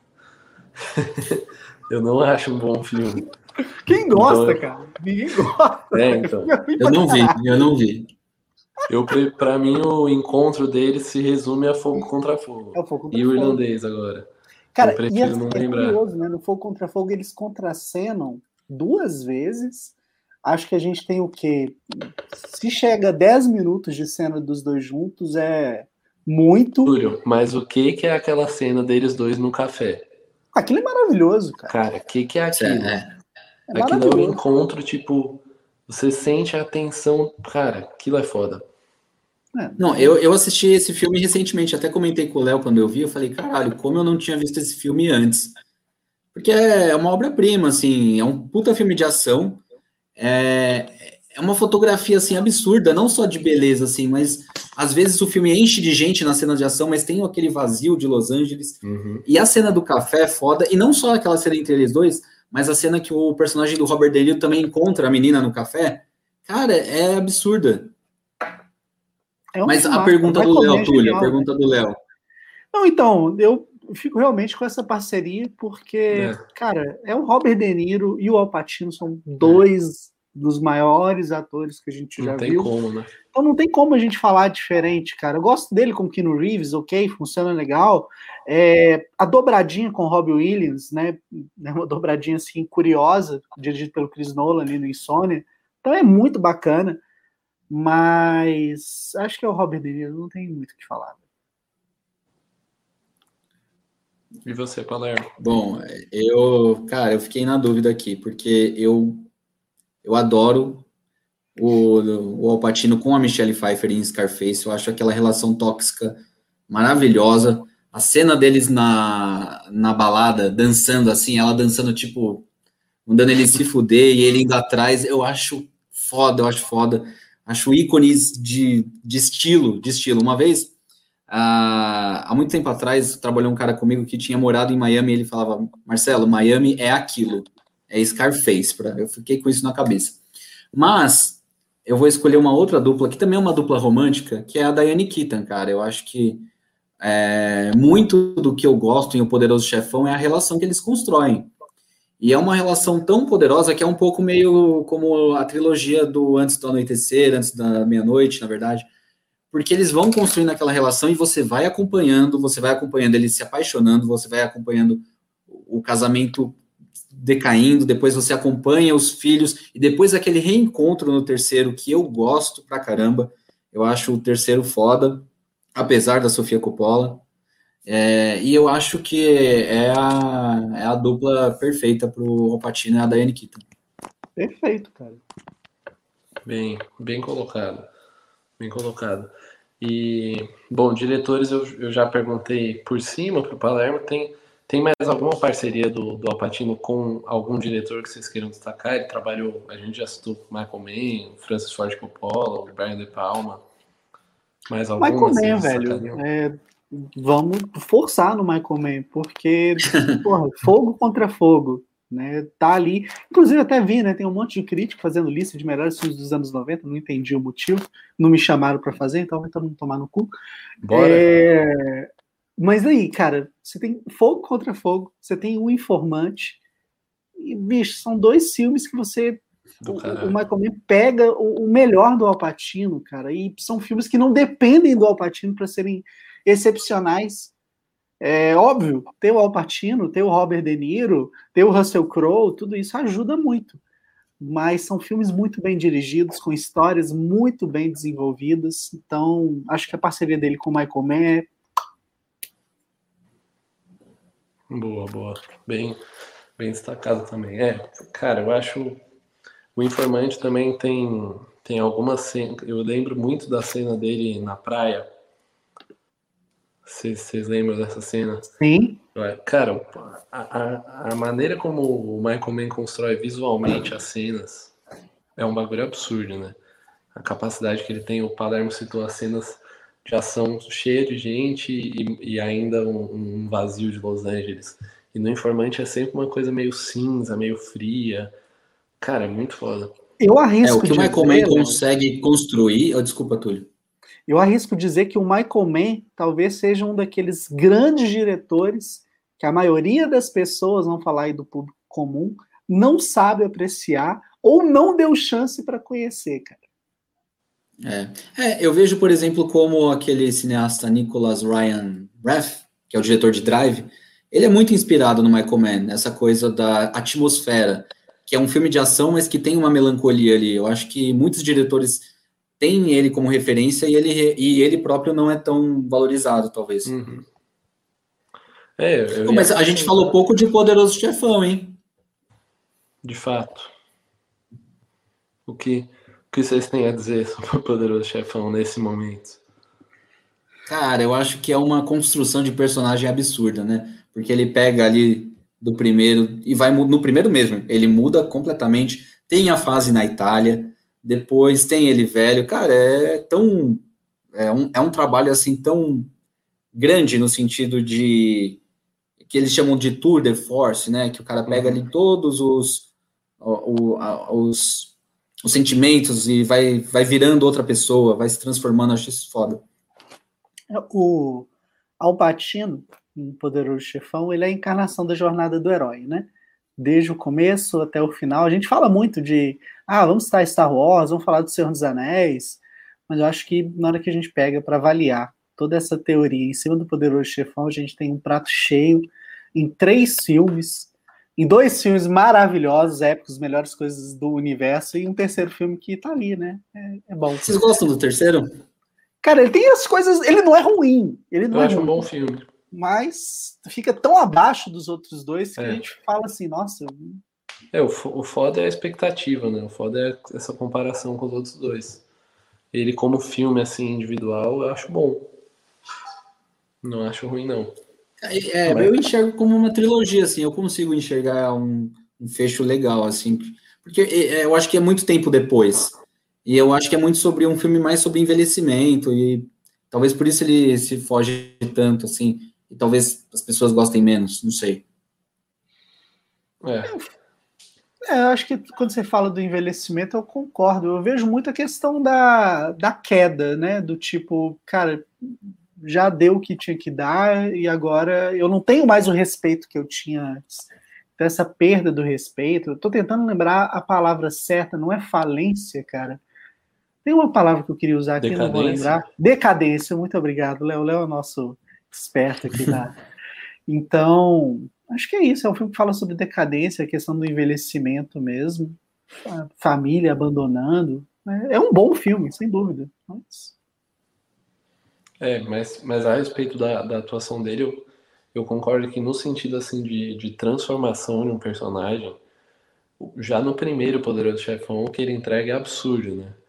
Eu não acho um bom filme. Quem gosta, cara? Ninguém gosta. Então. Eu não vi. Pra mim, o encontro deles se resume a Fogo Contra Fogo. É o Fogo Contra E o Fogo. irlandês agora. Cara, eu prefiro não lembrar. Curioso, né? No Fogo Contra Fogo eles contracenam 2 vezes. Acho que a gente tem o quê? Se chega a 10 minutos de cena dos dois juntos, é muito. Túlio, mas o que é aquela cena deles dois no café? Aquilo é maravilhoso, cara. Cara, o que é aquilo? Aquilo é um encontro, tipo, você sente a tensão. Cara, aquilo é foda. Não, eu assisti esse filme recentemente, até comentei com o Léo quando eu vi, eu falei, caralho, como eu não tinha visto esse filme antes. Porque é uma obra-prima, assim, é um puta filme de ação, é uma fotografia, assim, absurda, não só de beleza, assim, mas às vezes o filme enche de gente na cena de ação, mas tem aquele vazio de Los Angeles, e a cena do café é foda, e não só aquela cena entre eles dois, mas a cena que o personagem do Robert De Niro também encontra a menina no café, cara, é absurda. Mas a pergunta do Léo, Túlio, a pergunta do Léo. Não, então, eu fico realmente com essa parceria, porque, cara, o Robert De Niro e o Al Pacino são dois dos maiores atores que a gente já viu. Não tem como, né? Então não tem como a gente falar diferente, cara. Eu gosto dele com o Keanu Reeves, ok, funciona legal. A dobradinha com o Robbie Williams, né? Uma dobradinha, assim, curiosa, dirigida pelo Chris Nolan ali no Insônia. Então é muito bacana. Mas acho que é o Robert De Niro, não tem muito o que falar. E você, Palermo? Bom, eu fiquei na dúvida aqui, porque eu adoro o Al Pacino com a Michelle Pfeiffer em Scarface, eu acho aquela relação tóxica maravilhosa. A cena deles na balada, dançando assim, ela dançando, tipo, mandando ele se fuder e ele indo atrás, eu acho foda. Acho ícones de estilo. Uma vez, há muito tempo atrás, trabalhou um cara comigo que tinha morado em Miami e ele falava, Marcelo, Miami é aquilo, é Scarface. Eu fiquei com isso na cabeça. Mas eu vou escolher uma outra dupla, que também é uma dupla romântica, que é a Diane Keaton, cara. Eu acho que muito do que eu gosto em O Poderoso Chefão é a relação que eles constroem. E é uma relação tão poderosa que é um pouco meio como a trilogia do Antes do Anoitecer, Antes da Meia-Noite, na verdade. Porque eles vão construindo aquela relação e você vai acompanhando eles se apaixonando, você vai acompanhando o casamento decaindo, depois você acompanha os filhos, e depois aquele reencontro no terceiro, que eu gosto pra caramba. Eu acho o terceiro foda, apesar da Sofia Coppola. E eu acho que é a dupla perfeita pro Al Pacino e a Diane Keaton. Perfeito, cara. Bem colocado. Bem colocado. E, bom, diretores eu já perguntei por cima para o Palermo. Tem mais alguma parceria do Al Pacino com algum diretor que vocês queiram destacar? Ele trabalhou, a gente já citou Michael Mann, Francis Ford Coppola, o Brian De Palma. Mais alguma Michael vocês Mann, velho. destacariam? Vamos forçar no Michael Mann, porque, porra, fogo contra fogo, né? Tá ali. Inclusive, até vi, né? Tem um monte de crítico fazendo lista de melhores filmes dos anos 90, não entendi o motivo, não me chamaram para fazer, então vai todo mundo tomar no cu. Bora. Mas aí, cara, você tem fogo contra fogo, você tem um informante, e, bicho, são dois filmes que você. O Michael Mann pega o melhor do Al Pacino, cara, e são filmes que não dependem do Al Pacino para serem excepcionais. É óbvio, ter o Al Pacino, ter o Robert De Niro, ter o Russell Crowe, tudo isso ajuda muito. Mas são filmes muito bem dirigidos, com histórias muito bem desenvolvidas. Então, acho que a parceria dele com o Michael Mann é... Boa. Bem destacado também. Cara, eu acho... O Informante também tem algumas cenas... Eu lembro muito da cena dele na praia. Vocês lembram dessa cena? Sim. Cara, a maneira como o Michael Mann constrói visualmente as cenas é um bagulho absurdo, né? A capacidade que ele tem, o Palermo citou as cenas de ação cheia de gente e ainda um vazio de Los Angeles. E no Informante é sempre uma coisa meio cinza, meio fria. Cara, é muito foda. Eu arrisco o que o Michael Mann consegue construir... Desculpa, Túlio. Eu arrisco dizer que o Michael Mann talvez seja um daqueles grandes diretores que a maioria das pessoas, vão falar aí do público comum, não sabe apreciar ou não deu chance para conhecer, cara. Eu vejo, por exemplo, como aquele cineasta Nicholas Ryan Raff, que é o diretor de Drive, ele é muito inspirado no Michael Mann, nessa coisa da atmosfera, que é um filme de ação, mas que tem uma melancolia ali. Eu acho que muitos diretores têm ele como referência e ele próprio não é tão valorizado, talvez. Uhum. Mas a gente falou pouco de Poderoso Chefão, hein? De fato. O que vocês têm a dizer sobre o Poderoso Chefão nesse momento? Cara, eu acho que é uma construção de personagem absurda, né? Porque ele pega ali do primeiro e vai no primeiro mesmo. Ele muda completamente. Tem a fase na Itália, depois tem ele velho. Cara, é um trabalho assim tão grande no sentido de que eles chamam de tour de force, né? Que o cara pega ali todos os sentimentos e vai virando outra pessoa, vai se transformando. Acho isso foda. O Al Pacino, em Poderoso Chefão, ele é a encarnação da jornada do herói, né? Desde o começo até o final. A gente fala muito de, vamos citar Star Wars, vamos falar do Senhor dos Anéis, mas eu acho que na hora que a gente pega para avaliar toda essa teoria em cima do Poderoso Chefão, a gente tem um prato cheio em 3 filmes, em 2 filmes maravilhosos, épicos, melhores coisas do universo, e um terceiro filme que tá ali, né? É bom. Vocês gostam do terceiro? Cara, ele tem as coisas... Ele não é ruim. Eu acho um bom filme. Mas fica tão abaixo dos outros dois que a gente fala assim, nossa... O foda é a expectativa, né? O foda é essa comparação com os outros dois. Ele como filme, assim, individual, eu acho bom. Não acho ruim, não. Eu enxergo como uma trilogia, assim. Eu consigo enxergar um fecho legal, assim. Porque eu acho que é muito tempo depois. E eu acho que é muito sobre um filme mais sobre envelhecimento. E talvez por isso ele se foge tanto, assim. E talvez as pessoas gostem menos, não sei. Eu acho que quando você fala do envelhecimento, eu concordo. Eu vejo muito a questão da queda, né? Do tipo, cara, já deu o que tinha que dar e agora eu não tenho mais o respeito que eu tinha antes. Então, essa perda do respeito, eu tô tentando lembrar a palavra certa, não é falência, cara. Tem uma palavra que eu queria usar aqui, não vou lembrar. Decadência, muito obrigado, Léo. Léo é o nosso experto aqui, tá? Então, acho que é isso. É um filme que fala sobre decadência, a questão do envelhecimento mesmo, a família abandonando. É um bom filme, sem dúvida. Mas a respeito da atuação dele, eu concordo que no sentido assim de transformação de um personagem, já no primeiro Poderoso Chefão, o que ele entrega é absurdo, né?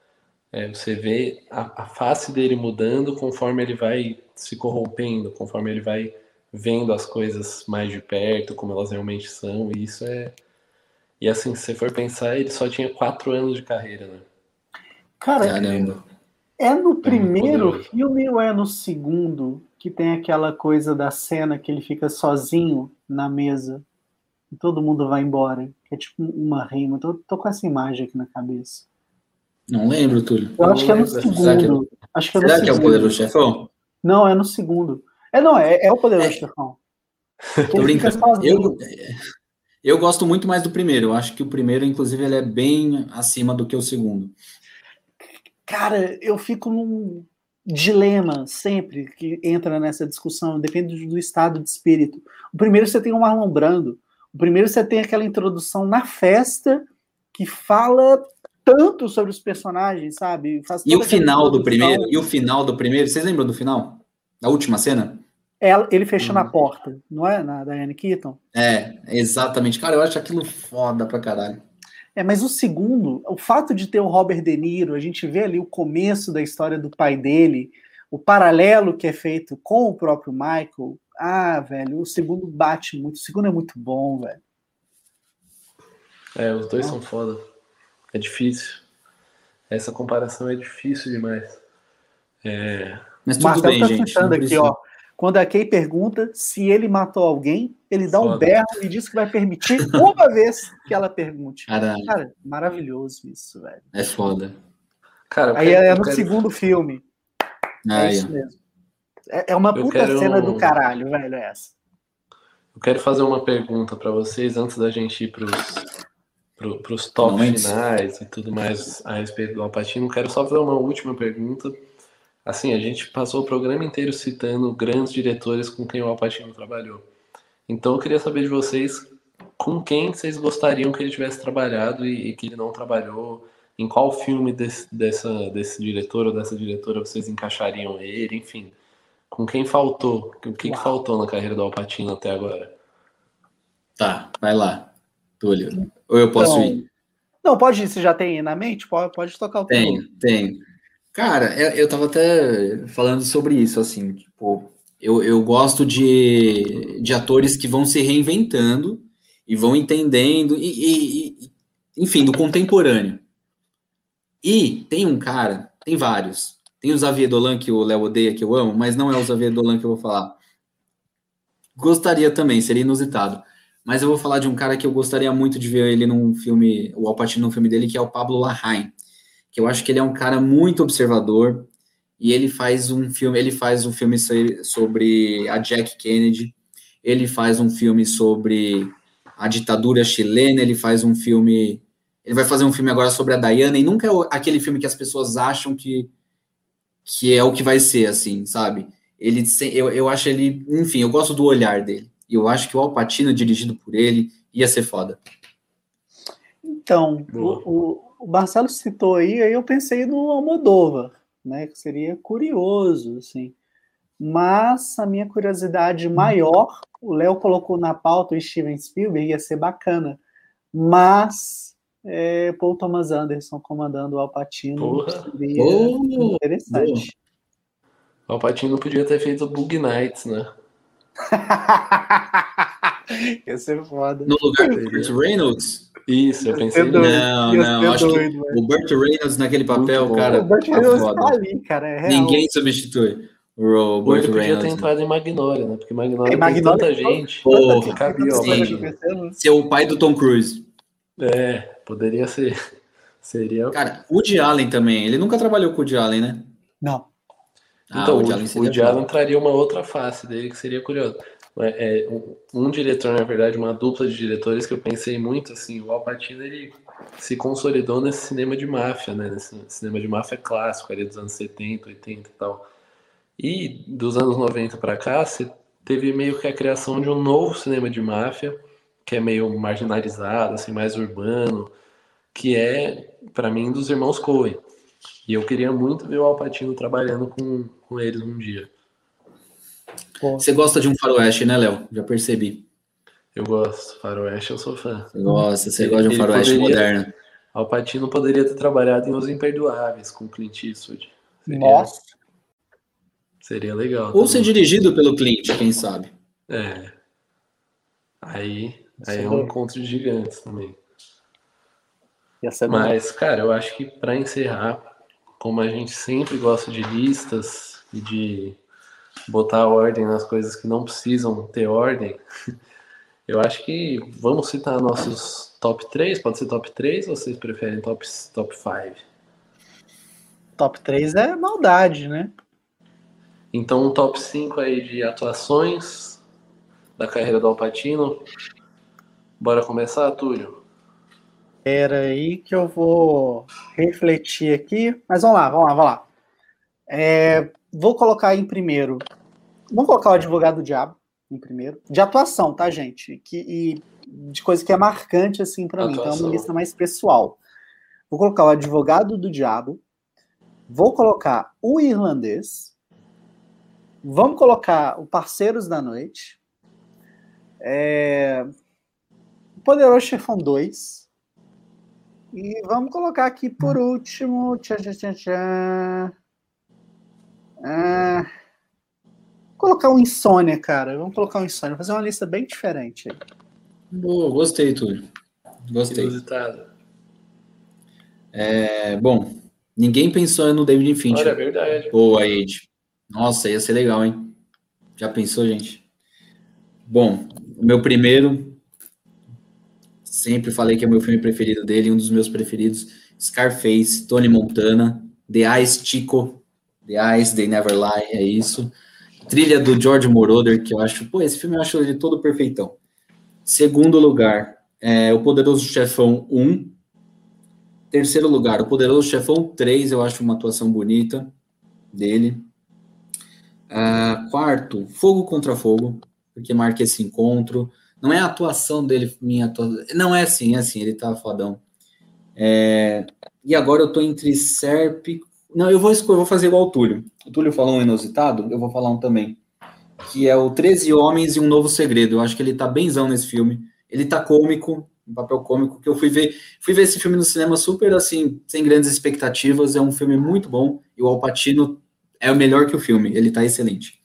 Você vê a face dele mudando conforme ele vai se corrompendo, conforme ele vai vendo as coisas mais de perto, como elas realmente são, e isso é... E assim, se você for pensar, ele só tinha 4 anos de carreira, né? Cara, Caramba. é no muito primeiro poderoso. filme ou é no segundo que tem aquela coisa da cena que ele fica sozinho na mesa e todo mundo vai embora? Que é tipo uma rima. Tô com essa imagem aqui na cabeça. Não lembro, Túlio. Eu Eu acho não que é no lembro dessa cena. segundo. Acho que é no Será que é o segundo. Poderoso Chefão? Não, é no segundo. Não, é o Poderoso É, Chefão. Que tô ele fica brincando. sozinho. Eu gosto muito mais do primeiro. Eu acho que o primeiro, inclusive, ele é bem acima do que o segundo. Cara, eu fico num dilema sempre que entra nessa discussão, depende do estado de espírito. O primeiro você tem o Marlon Brando, o primeiro você tem aquela introdução na festa que fala tanto sobre os personagens, sabe? Faz E o toda aquela final do introdução. primeiro? E o final do primeiro? Vocês lembram do final? Da última cena? Ele fechando a porta, não é? Na Diane Keaton. É, exatamente. Cara, eu acho aquilo foda pra caralho. Mas o segundo, o fato de ter o Robert De Niro, a gente vê ali o começo da história do pai dele, o paralelo que é feito com o próprio Michael. Ah, velho, o segundo bate muito. O segundo é muito bom, velho. Os dois são foda. É difícil. Essa comparação é difícil demais. Mas O tudo Marcelo bem, tá gente. Não citando aqui, precisa. ó. Quando a Kay pergunta se ele matou alguém, ele dá um Foda. berro e diz que vai permitir uma vez que ela pergunte. Caralho, Cara, maravilhoso isso, velho. é foda. Cara, Aí é no segundo filme. É Aí, isso ó. mesmo. É uma Eu puta quero- cena do caralho, velho, essa. Eu quero fazer uma pergunta pra vocês antes da gente ir pros top Finalmente. finais e tudo mais a respeito do Al Pacino. Quero só fazer uma última pergunta. Assim, a gente passou o programa inteiro citando grandes diretores com quem o Al Pacino trabalhou. Então eu queria saber de vocês com quem vocês gostariam que ele tivesse trabalhado e que ele não trabalhou. Em qual filme desse diretor ou dessa diretora vocês encaixariam ele, enfim. Com quem faltou? O que faltou na carreira do Al Pacino até agora? Tá, vai lá, Túlio. Ou eu posso ir? Não, pode ir. Você já tem na mente? Pode tocar o teu. Tenho. Cara, eu tava até falando sobre isso, assim, tipo, eu gosto de atores que vão se reinventando e vão entendendo, enfim, do contemporâneo. E tem um cara, tem vários. Tem o Xavier Dolan, que o Léo odeia, que eu amo, mas não é o Xavier Dolan que eu vou falar. Gostaria também, seria inusitado. Mas eu vou falar de um cara que eu gostaria muito de ver ele num filme, o Al Pacino num filme dele, que é o Pablo Larraín, que eu acho que ele é um cara muito observador, e ele faz um filme sobre a Jack Kennedy, ele faz um filme sobre a ditadura chilena, ele vai fazer um filme agora sobre a Diana, e nunca é aquele filme que as pessoas acham que é o que vai ser, assim, sabe? Eu acho ele, enfim, eu gosto do olhar dele, e eu acho que o Al Pacino, dirigido por ele, ia ser foda. Então, o Marcelo citou aí eu pensei no Almodóvar, né? Que seria curioso, assim. Mas a minha curiosidade maior, o Léo colocou na pauta o Steven Spielberg, ia ser bacana. Mas Paul Thomas Anderson comandando o Al Pacino seria interessante. O Al Pacino podia ter feito o Bug Nights, né? Ia ser foda. No lugar do Burt Reynolds? Isso, eu pensei nisso. Não, acho que o Burt Reynolds naquele papel, cara, o Burt Reynolds tá ali, cara, é real. Ninguém substitui o Burt Ele podia Reynolds. ter entrado em Magnolia, né? Porque Magnolia tem Magnolia tanta gente que cabia ao Pacino. Ser o pai do Tom Cruise. Poderia ser. Seria... Cara, o Woody Allen também. Ele nunca trabalhou com o Woody Allen, né? Não. Então, o Woody Allen traria uma outra face dele que seria curioso. Um diretor, na verdade, uma dupla de diretores que eu pensei muito, assim, o Al Pacino, ele se consolidou nesse cinema de máfia, né? Nesse cinema de máfia clássico, ali dos anos 70, 80 e tal. E dos anos 90 para cá, você teve meio que a criação de um novo cinema de máfia, que é meio marginalizado, assim, mais urbano, que é, para mim, dos irmãos Coen. E eu queria muito ver o Al Pacino trabalhando com eles um dia. Você gosta de um faroeste, né, Léo? Já percebi. Eu gosto. Faroeste, eu sou fã. Você gosta de um faroeste moderno. Al Pacino poderia ter trabalhado em Os Imperdoáveis com Clint Eastwood. Nossa. Seria legal. Ou ser dirigido pelo Clint, quem sabe. Aí é um encontro de gigantes também. Mas, cara, eu acho que para encerrar, como a gente sempre gosta de listas e de botar ordem nas coisas que não precisam ter ordem, eu acho que vamos citar nossos top 3. Pode ser top 3 ou vocês preferem top 5? Top 3 é maldade, né? Então, um top 5 aí de atuações da carreira do Al Pacino. Bora começar, Túlio? Espera aí que eu vou refletir aqui. Mas vamos lá. Vou colocar em primeiro. Vamos colocar o Advogado do Diabo em primeiro. De atuação, tá, gente? E de coisa que é marcante, assim, pra mim. Então é uma lista mais pessoal. Vou colocar o Advogado do Diabo. Vou colocar o Irlandês. Vamos colocar o Parceiros da Noite. O Poderoso Chefão 2. E vamos colocar aqui por último. Colocar um Insônia, cara. Vamos colocar um Insônia. Fazer uma lista bem diferente aí. Boa, gostei, Túlio. Gostei. Inusitado. Bom, ninguém pensou no David Fincher. Olha, é verdade. Boa, Ed. Nossa, ia ser legal, hein? Já pensou, gente? Bom, o meu primeiro... Sempre falei que é o meu filme preferido dele, um dos meus preferidos. Scarface, Tony Montana, The Eyes, Chico. The Eyes, They Never Lie, é isso. Trilha do George Moroder, que eu acho... Pô, esse filme eu acho ele todo perfeitão. Segundo lugar, O Poderoso Chefão 1. Terceiro lugar, O Poderoso Chefão 3, eu acho uma atuação bonita dele. Quarto, Fogo Contra Fogo, porque marca esse encontro. Não é a atuação dele, minha atuação. Não, é assim, ele tá fodão. E agora eu tô entre Serp. Não, eu vou fazer igual o Túlio. O Túlio falou um inusitado, eu vou falar um também. Que é o 13 Homens e um Novo Segredo. Eu acho que ele tá benzão nesse filme. Ele tá cômico, um papel cômico, que eu fui ver esse filme no cinema super, assim, sem grandes expectativas. É um filme muito bom. E o Al Pacino é o melhor que o filme. Ele tá excelente.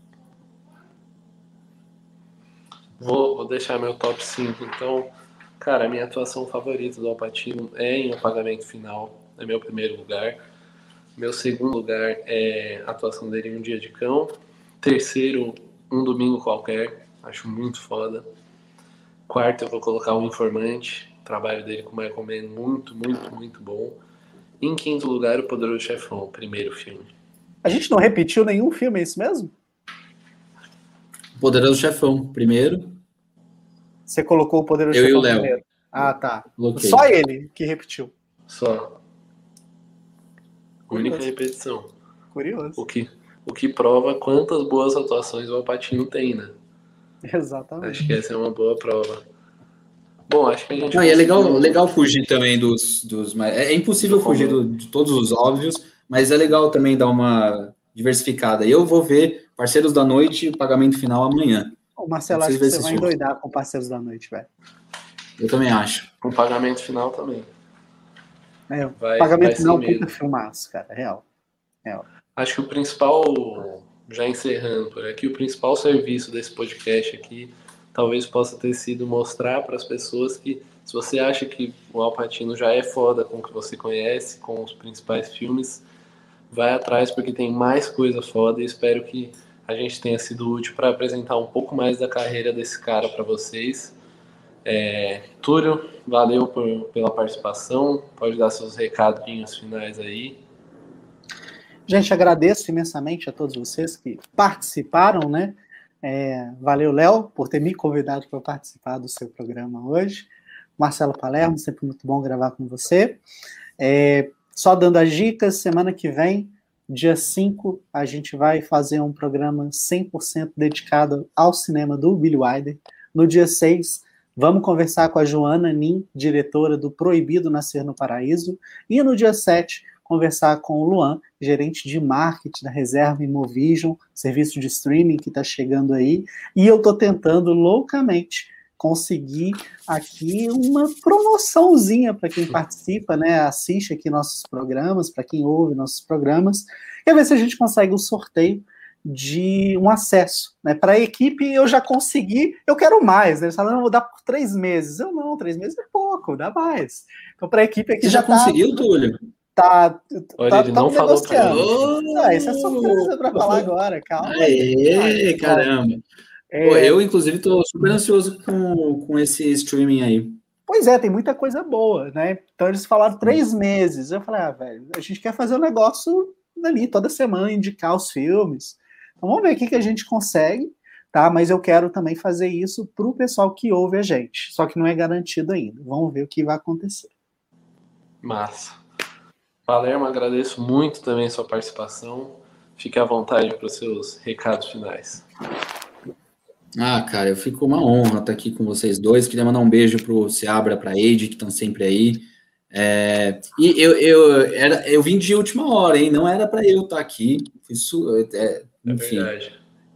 Vou deixar meu top 5, então. Cara, a minha atuação favorita do Al Pacino é em O Pagamento Final, é meu primeiro lugar. Meu segundo lugar é a atuação dele em Um Dia de Cão. Terceiro, Um Domingo Qualquer, acho muito foda. Quarto, eu vou colocar O Informante, o trabalho dele com o Michael Mann, muito, muito, muito bom. E em quinto lugar, O Poderoso Chefão, o primeiro filme. A gente não repetiu nenhum filme, é isso mesmo? Poderoso Chefão, primeiro. Você colocou o Poderoso Chefão primeiro? Eu e o Léo. Ah, tá. Coloquei. Só ele que repetiu. Só. Única repetição. Curioso. O que prova quantas boas atuações o Al Pacino tem, né? Exatamente. Acho que essa é uma boa prova. Bom, acho que a gente... Não, e é legal fugir também dos é impossível fugir de todos os óbvios, mas é legal também dar uma diversificada. Eu vou ver Parceiros da Noite e Pagamento Final amanhã. O Marcelo, acho que você vai endoidar com Parceiros da Noite, velho. Eu também acho. Com Pagamento Final também. Pagamento Final é um puta filmaço, cara. Real. Acho que o principal, já encerrando por aqui, o principal serviço desse podcast aqui talvez possa ter sido mostrar para as pessoas que, se você acha que o Al Pacino já é foda com o que você conhece, com os principais filmes, vai atrás porque tem mais coisa foda, e espero que a gente tenha sido útil para apresentar um pouco mais da carreira desse cara para vocês. Túlio, valeu pela participação, pode dar seus recadinhos finais aí. Gente, agradeço imensamente a todos vocês que participaram, né? Valeu, Léo, por ter me convidado para participar do seu programa hoje. Marcelo Palermo, sempre muito bom gravar com você. Só dando as dicas, semana que vem, dia 5, a gente vai fazer um programa 100% dedicado ao cinema do Billy Wilder. No dia 6, vamos conversar com a Joana Nin, diretora do Proibido Nascer no Paraíso. E no dia 7, conversar com o Luan, gerente de marketing da Reserva Imovision, serviço de streaming que está chegando aí. E eu estou tentando loucamente conseguir aqui uma promoçãozinha para quem participa, né? Assiste aqui nossos programas, para quem ouve nossos programas, e ver se a gente consegue o sorteio de um acesso, né? Para a equipe eu já consegui, eu quero mais, né? Eles falaram, não, vou dar por 3 meses. Eu não, 3 meses é pouco, dá mais. Então, para a equipe aqui Você já conseguiu, Túlio? Olha, ele não falou pra mim. Isso é surpresa para falar agora, calma. Aê, caramba. Pô, eu, inclusive, estou super ansioso com esse streaming aí. Pois é, tem muita coisa boa, né? Então eles falaram 3 meses. Eu falei, velho, a gente quer fazer um negócio ali toda semana, indicar os filmes. Então vamos ver o que a gente consegue, tá? Mas eu quero também fazer isso para o pessoal que ouve a gente. Só que não é garantido ainda. Vamos ver o que vai acontecer. Massa. Palermo, agradeço muito também a sua participação. Fique à vontade para os seus recados finais. Cara, eu fico uma honra estar aqui com vocês dois. Queria mandar um beijo pro Seabra, pra Eide, que estão sempre aí. E eu vim de última hora, hein? Não era para eu estar aqui. Enfim. É verdade.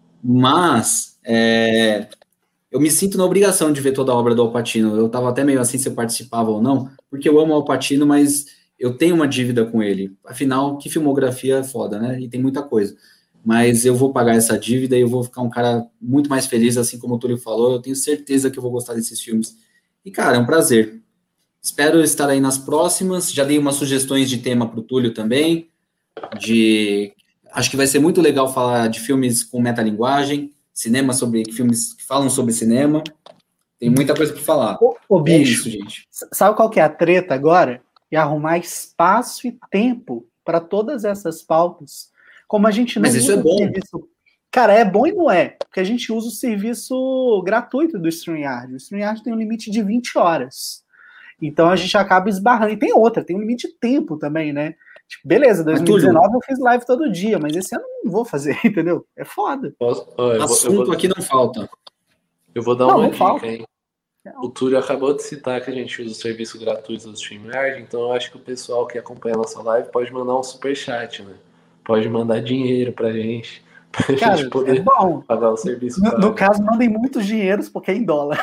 Mas eu me sinto na obrigação de ver toda a obra do Al Pacino. Eu estava até meio assim se eu participava ou não, porque eu amo o Al Pacino, mas eu tenho uma dívida com ele. Afinal, que filmografia foda, né? E tem muita coisa. Mas eu vou pagar essa dívida e eu vou ficar um cara muito mais feliz, assim como o Túlio falou. Eu tenho certeza que eu vou gostar desses filmes. E, cara, é um prazer. Espero estar aí nas próximas. Já dei umas sugestões de tema para o Túlio também. Acho que vai ser muito legal falar de filmes com metalinguagem, filmes que falam sobre cinema. Tem muita coisa para falar. Ô, bicho, isso, gente. Sabe qual que é a treta agora? É arrumar espaço e tempo para todas essas pautas. Como a gente não Mas isso é bom. Serviço... Cara, é bom e não é, porque a gente usa o serviço gratuito do StreamYard. O StreamYard tem um limite de 20 horas. Então a gente acaba esbarrando. E tem um limite de tempo também, né? Tipo, beleza, 2019 eu fiz live todo dia, mas esse ano eu não vou fazer, entendeu? É foda. Assunto aqui não falta. Eu vou dar uma dica, hein? O Túlio acabou de citar que a gente usa o serviço gratuito do StreamYard, então eu acho que o pessoal que acompanha a nossa live pode mandar um superchat, né? Pode mandar dinheiro pra gente, Cara, gente poder pagar o serviço. No caso, mandem muitos dinheiros, porque é em dólar.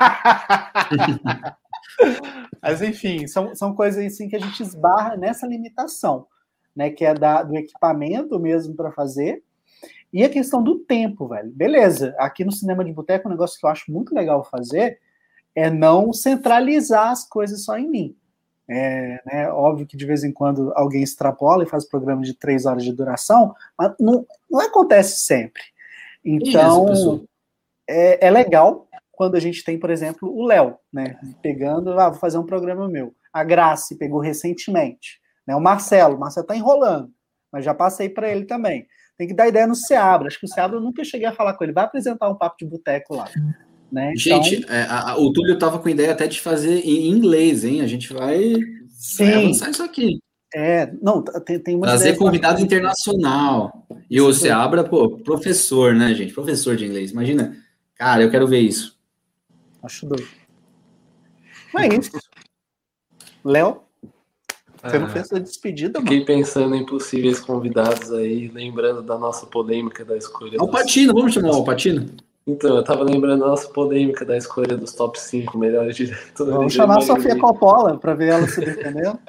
Mas, enfim, são coisas assim que a gente esbarra nessa limitação, né? Que é do equipamento mesmo para fazer. E a questão do tempo, velho. Beleza, aqui no Cinema de Boteco, um negócio que eu acho muito legal fazer é não centralizar as coisas só em mim. Né, óbvio que de vez em quando alguém extrapola e faz programa de 3 horas de duração, mas não acontece sempre. Então, é legal quando a gente tem, por exemplo, o Léo, né, pegando, vou fazer um programa meu. A Grace pegou recentemente. Né, o Marcelo tá enrolando, mas já passei para ele também. Tem que dar ideia no Seabra. Acho que o Seabra eu nunca cheguei a falar com ele. Vai apresentar um papo de boteco lá. Né? Gente, então... o Túlio estava com ideia até de fazer em inglês, hein? A gente vai avançar isso aqui. Não, tem uma trazer convidado internacional. E o Seabra, professor, né, gente? Professor de inglês. Imagina. Cara, eu quero ver isso. Acho doido. Não é isso. Léo, você não fez a despedida, mano? Fiquei pensando em possíveis convidados aí, lembrando da nossa polêmica da escolha. Al Pacino, vamos chamar o Al Pacino? Então, eu tava lembrando da nossa polêmica da escolha dos top 5 melhores diretores. Vamos chamar a Sofia Coppola para ver ela se defendendo.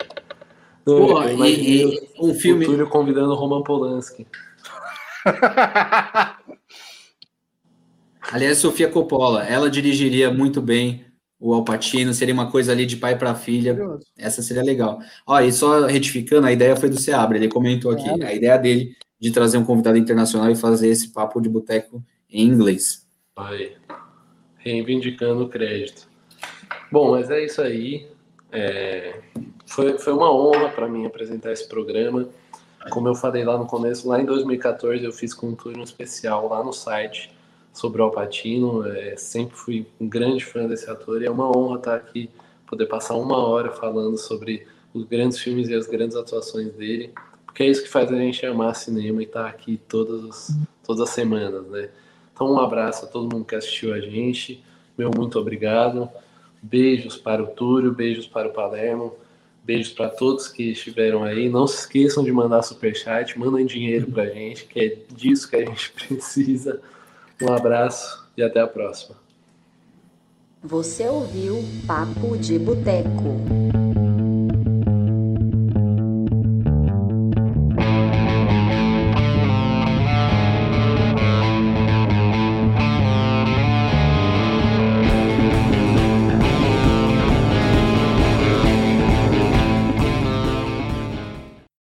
Um filme... O Túlio convidando o Roman Polanski. Aliás, Sofia Coppola, ela dirigiria muito bem o Al Pacino, seria uma coisa ali de pai para filha. Curioso. Essa seria legal. E só retificando, a ideia foi do Seabra, ele comentou aqui, a ideia dele de trazer um convidado internacional e fazer esse papo de boteco em inglês. Aí, reivindicando o crédito. Bom, mas é isso aí. Foi uma honra para mim apresentar esse programa. Como eu falei lá no começo, lá em 2014 eu fiz com um tour especial lá no site sobre o Al Pacino. Sempre fui um grande fã desse ator e é uma honra estar aqui, poder passar 1 hora falando sobre os grandes filmes e as grandes atuações dele, porque é isso que faz a gente amar cinema e estar aqui todas as semanas, né? Então, um abraço a todo mundo que assistiu a gente. Meu muito obrigado. Beijos para o Túlio, beijos para o Palermo, beijos para todos que estiveram aí. Não se esqueçam de mandar superchat, mandem dinheiro para a gente, que é disso que a gente precisa. Um abraço e até a próxima. Você ouviu Papo de Boteco.